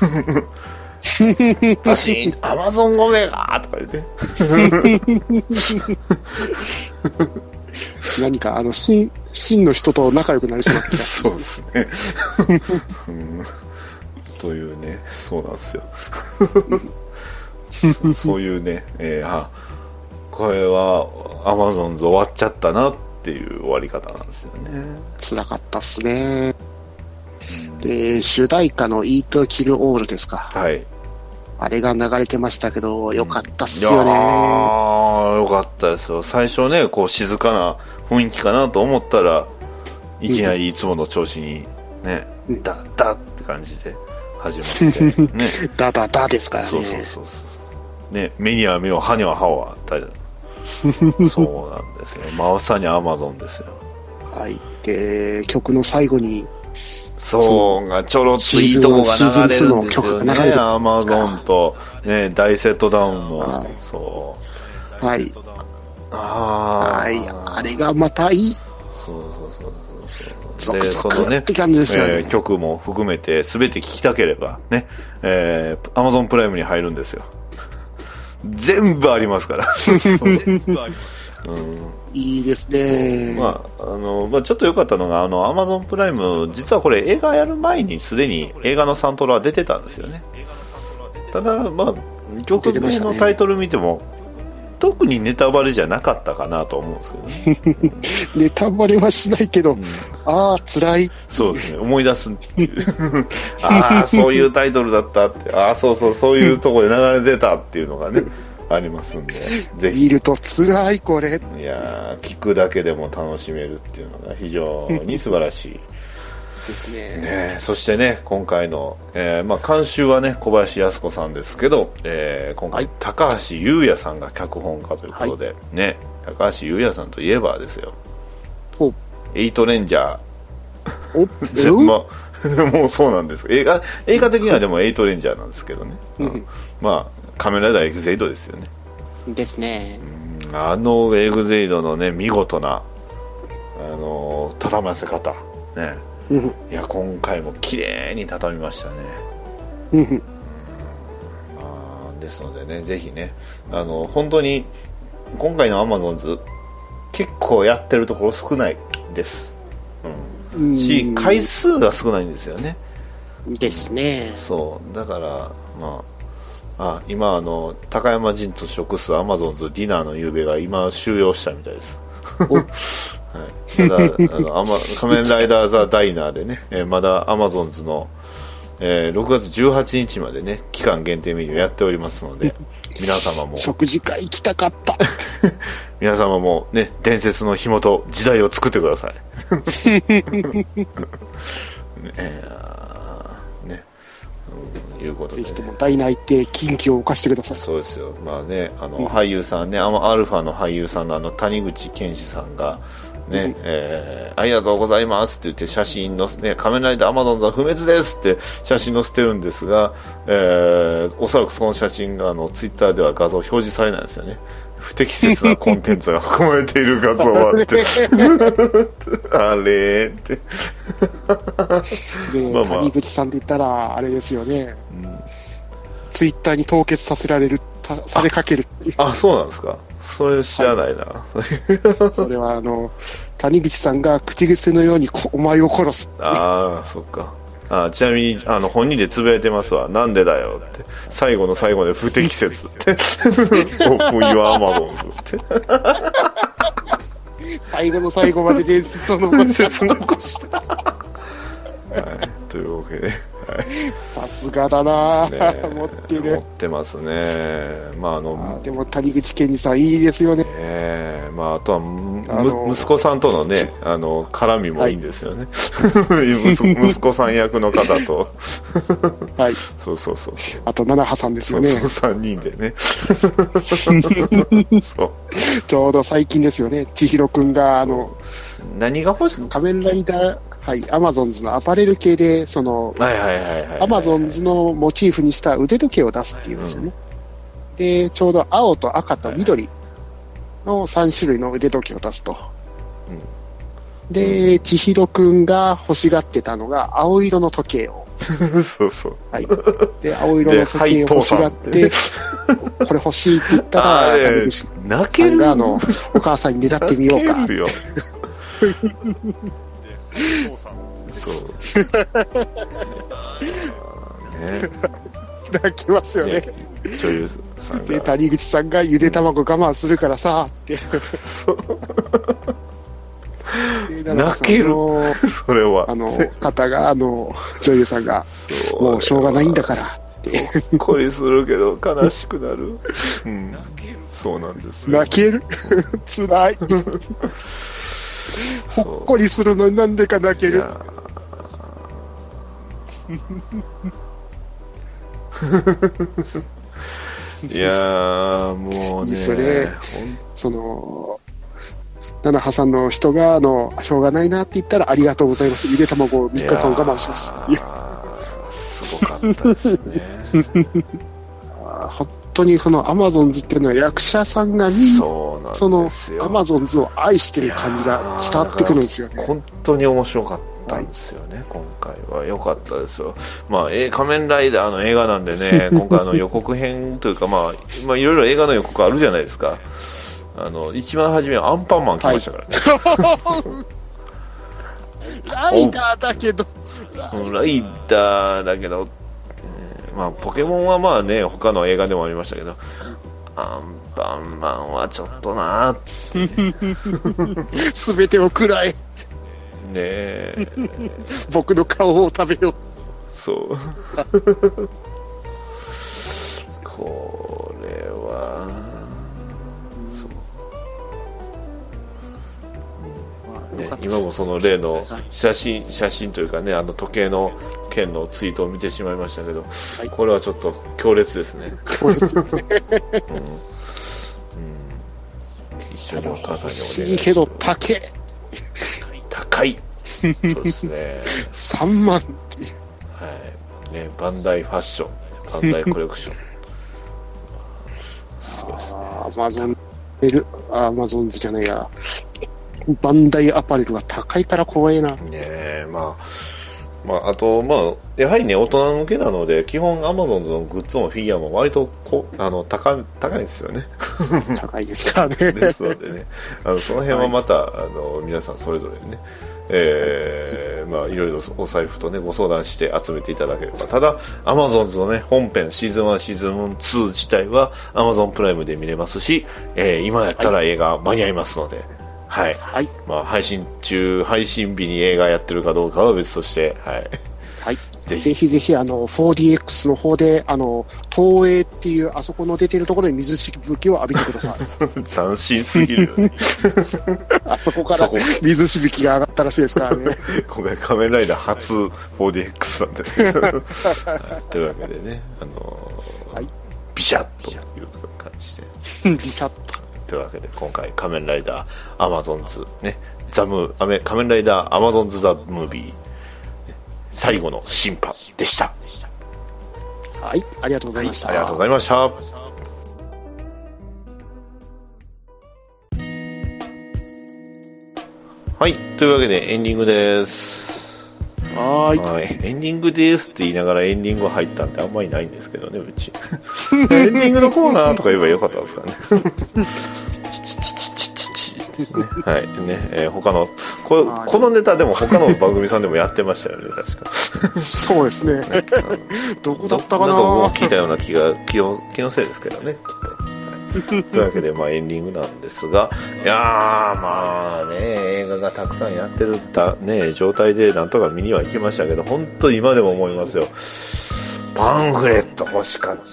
パシーンアマゾンオメガとか言って何かあの真真の人と仲良くなりそうな気がそうですね、うんというね、そうなんですよそ, そういうね、えー、あこれはアマゾンズ終わっちゃったなっていう終わり方なんですよね。 辛かったっすね、うん、で主題歌のイートキルオールですか。 はいあれが流れてましたけど、よかったっすよね。 いやー、よかったですよ。最初ね、こう静かな雰囲気かなと思ったら、いきなりいつもの調子にね、うん、ダッダッって感じで始まってね。 ダダダですからね。 そうそうそうそう。ね、目には目を、歯には歯を与える。そうなんですよ。まさにアマゾンですよ。 はい。で、曲の最後に、 そうがちょろっといいとこが流れるんですよね。アマゾンと、ね、大セットダウンの、はい、そう。 はい。あはい。あれがまたいい。そうそうそうそう。で、そのね、って感じですよね、えー、曲も含めて全て聴きたければ、ね、えー、アマゾンプライムに入るんですよ。全部ありますから。全部あります。うん、いいですね。 まああのまあ、ちょっと良かったのが、あのアマゾンプライム、実はこれ映画やる前にすでに映画のサントラは出てたんですよね。ただ、まあ、曲名のタイトル見ても、ね、特にネタバレじゃなかったかなと思うんですけどね。 うん、ネタバレはしないけど、うん、ああ辛い。 そうですね、思い出すっていうああそういうタイトルだったって、ああそうそうそういうところで流れてたっていうのがねありますんで、ぜひ見ると辛いこれ。 いや聞くだけでも楽しめるっていうのが非常に素晴らしいですね。 ね。そしてね、今回の、えーまあ、監修はね小林靖子さんですけど、えー、今回、はい、高橋優也さんが脚本家ということで、はい、ね、高橋優也さんといえばですよ、エイトレンジャーおまあ、もうそうなんです。映画映画的にはでもエイトレンジャーなんですけどね、うん、まあ仮面ライダーエグゼイドですよね。 ですね。 うん、あのエグゼイドのね見事なあの畳ませ方ね、うん、いや今回も綺麗に畳みましたね。うん、うん、まあ、ですのでね、ぜひね、あの本当に今回のアマゾンズ結構やってるところ少ないです、うん、し回数が少ないんですよね。 ですね。 そうだからまああ今あの高山陣と食すアマゾンズディナーの夕べが今終了したみたいです、はい、ただあのアマ仮面ライダーザダイナーでね、えー、まだアマゾンズの、えー、ろくがつじゅうはちにちまでね期間限定メニューやっておりますので皆様も食事会行きたかった皆様もね伝説の紐と時代を作ってくださいねえーねいうことで、ね、 ぜひとも大内って近畿を犯してください。 そうですよ。まあね、あの、うん、俳優さんね、アルファの俳優さんのあの谷口健志さんがね、うん、えー、ありがとうございますって言って写真のね、仮面ライダーアマゾンズは不滅ですって写真載せてるんですが、えー、おそらくその写真があのツイッターでは画像表示されないんですよね。不適切なコンテンツが含まれている画像はってあれってまあまあ、谷口さんって言ったらあれですよね、うん、ツイッターに凍結させられるされかけるっていう。 あ、そうなんですか。それ知らないな、 はい、それはあの谷口さんが口癖のようにお前を殺す。 ああ、そっか。あ、ちなみにあの本人でつぶやいてますわ。なんでだよって最後の最後で不適切ってオープンユアアマゾンズって最後の最後まで伝説を残したはい、というわけで、 さすがだな、ね、持ってる持ってますね。まああのあでも谷口健二さんいいですよね。 えー、まああとはむ息子さんとのねあの絡みもいいんですよね、はい、息子さん役の方とはいそうそうそうそう、 あと七葉さんですよね。 そうさんにんでねそうちょうど最近ですよね。千尋くんがあの何が欲しい仮面ライダー、はい、アマゾンズのアパレル系でそのアマゾンズのモチーフにした腕時計を出すっていうんですよね、うん、でちょうど青と赤と緑のさん種類の腕時計を出すと、うん、で千尋くんが欲しがってたのが青色の時計をそうそう、 はい、で青色の時計を欲しがってこれ欲しいって言ったら谷口さんがあのお母さんにねだってみようか泣けるよそうね泣きますよね。ね女優さんがで谷口さんがゆで卵我慢するからさってそう泣けるそれはあの方があの女優さんがもうしょうがないんだからってほっこりするけど悲しくなる、うん、そうなんですよ。 泣けるつらいほっこりするのになんでか泣ける。 いやーもうね、 それその七波さんの人があのしょうがないなって言ったらありがとうございます、ゆで卵をみっかかん我慢します。いやすごかったですね本当にこのアマゾンズっていうのは役者さんがみんなそのアマゾンズを愛してる感じが伝わってくるんですよね。 本当に面白かったんですよね、はい、今回は良かったですよ。まあ、えー、仮面ライダーの映画なんでね今回あの予告編というか、まあ、まあいろいろ映画の予告あるじゃないですか。あの一番初めはアンパンマン来ましたからね、 はい、ライダーだけどライダーだけど、えーまあ、ポケモンはまあね他の映画でもありましたけどアンパンマンはちょっとなすべてを食らえねえ僕の顔を食べよう。 そうこれはね、今もその例の写真写真というかね、あの時計の件のツイートを見てしまいましたけど、はい、これはちょっと強烈ですね。強烈ですね、うんうん、一緒にお母さんにお願いします。欲しいけど高い高いそうですねさんまんっていう、 はいね、バンダイファッションバンダイコレクションすごいですね。 アマゾンアマゾンズじゃないやバンダイアパレルが高いから怖いな。ねえ、まあ、まあ、あと、まあ、やはりね、大人向けなので、基本アマゾンズのグッズもフィギュアも割とこあの 高, 高いんですよね。 高いですからね。 ですのでね、あのその辺はまた、はい、あの皆さんそれぞれね、えー、まあいろいろお財布とねご相談して集めていただければ。ただアマゾンズのね本編シーズンワンシーズンツー自体はアマゾンプライムで見れますし、えー、今やったら映画間に合いますので。はいはいはい、まあ、配信中配信日に映画やってるかどうかは別として、はいはい、ぜひぜひぜひあの フォーディーエックス の方であの東映っていうあそこの出てるところに水しぶきを浴びてください。 斬新すぎるよねあそこから水しぶきが上がったらしいですからね。 今回仮面ライダー初 フォーディーエックス なんで、はい、というわけでね、あのーはい、ビシャッという感じでビシャッとというわけで今回仮面ライダーアマゾンズねザム仮面ライダーアマゾンズザムービー、ね、最後の審判でした。 はい、ありがとうございました、 はい、ありがとうございました。はいというわけでエンディングです。 はいはいエンディングですって言いながらエンディング入ったんてあんまりないんですけどねうちエンディングのコーナーとか言えばよかったんですかねはいね、えー、他の こ, このネタでも他の番組さんでもやってましたよね確かそうですねどこだったかな、 なんかもう聞いたような気が気の気のせいですけどねというわけで、まあ、エンディングなんですが、いやーまあね映画がたくさんやってるだ、ね、状態でなんとか見には行きましたけど、本当に今でも思いますよ。パンフレット欲しかった。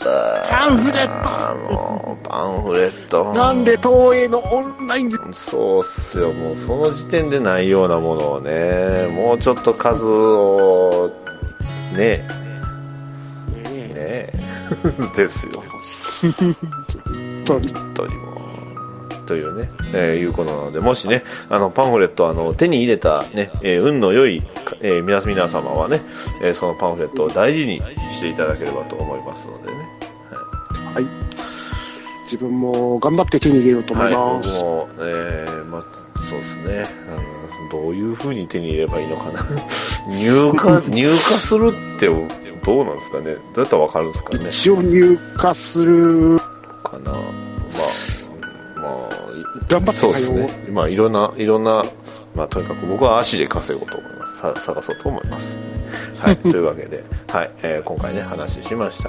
パンフレットもうパンフレットなんで東映のオンラインで。 そうっすよ、もうその時点でないようなものをねもうちょっと数をねねねですよ本当にもうというね、えー、いうことなので、もしねあのパンフレットあの手に入れたね、えー、運の良い、えー、皆, 皆様はね、えー、そのパンフレットを大事にしていただければと思いますのでね、 はい、はい、自分も頑張って手に入れようと思います。 はい、僕も、えーまあ、そうですね、あのどういう風に手に入れればいいのかな入荷入荷するってどうなんですかね、どうやったら分かるんですかね。 一応入荷するかな、まあまあ頑張ってそうですね、まあいろんないろんな、まあとにかく僕は足で稼ごうと思います。さ探そうと思います。はいというわけで、はい、えー、今回ね話しましたが、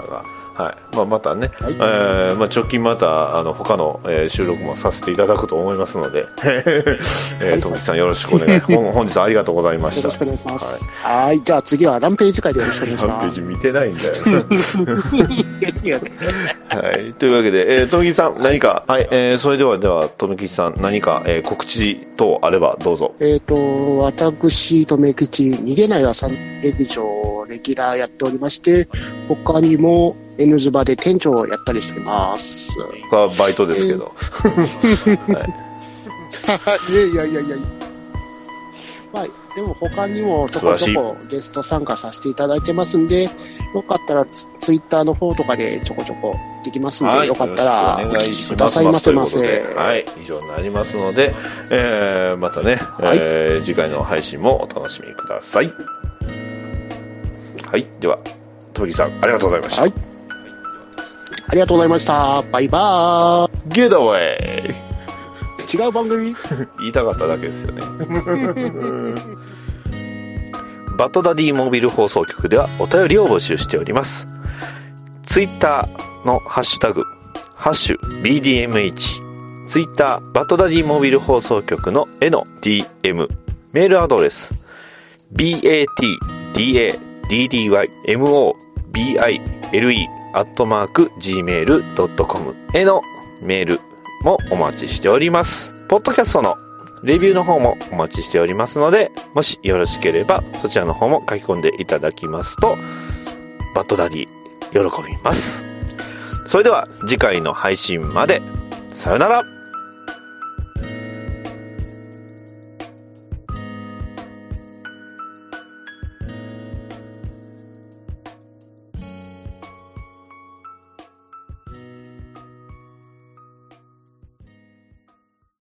はい。まあ、またね、 はい、 えー、まあ、直近また、あの、他の、えー、収録もさせていただくと思いますので、えー、ときさんよろしくお願い。本日はありがとうございました。 よろしくお願いします。はい。はい、じゃあ次はランページ会でよろしくお願いします。 ランページ見てないんだよ。はい。というわけで、えー、とめきちさん、何か、はい、えー、それでは、では、とめきちさん、何か、えー、告知等あれば、どうぞ。 えっ、ー、と、私、とめきち、逃げない朝劇場、レギュラーやっておりまして、他にも、N ズバで店長をやったりしています。 僕はバイトですけど。 はい、いやいやいやいや。まあ、でも他にもちょこちょこゲスト参加させていただいてますんで、よかったらツ, ツイッターの方とかでちょこちょこできますんで、はい、よかったらお聞きくださいませませ。 はい、以上になりますので、えー、またね、はい、えー、次回の配信もお楽しみください。はい、では、とめきさん、ありがとうございました。はい。 ありがとうございました。バイバーイ。 ゲットアウェイ。 違う番組言いたかっただけですよね。バッドダディモービル放送局ではお便りを募集しております。ツイッターのハッシュタグハッシュ ビーディーエムエイチ、 ツイッターバッドダディモービル放送局のへの ディーエム、 メールアドレス バッドダディモービル アットマーク ジーメール ドットコム へのメールもお待ちしております。ポッドキャストのレビューの方もお待ちしておりますので、もしよろしければそちらの方も書き込んでいただきますとバッドダディ喜びます。それでは次回の配信まで、さよなら。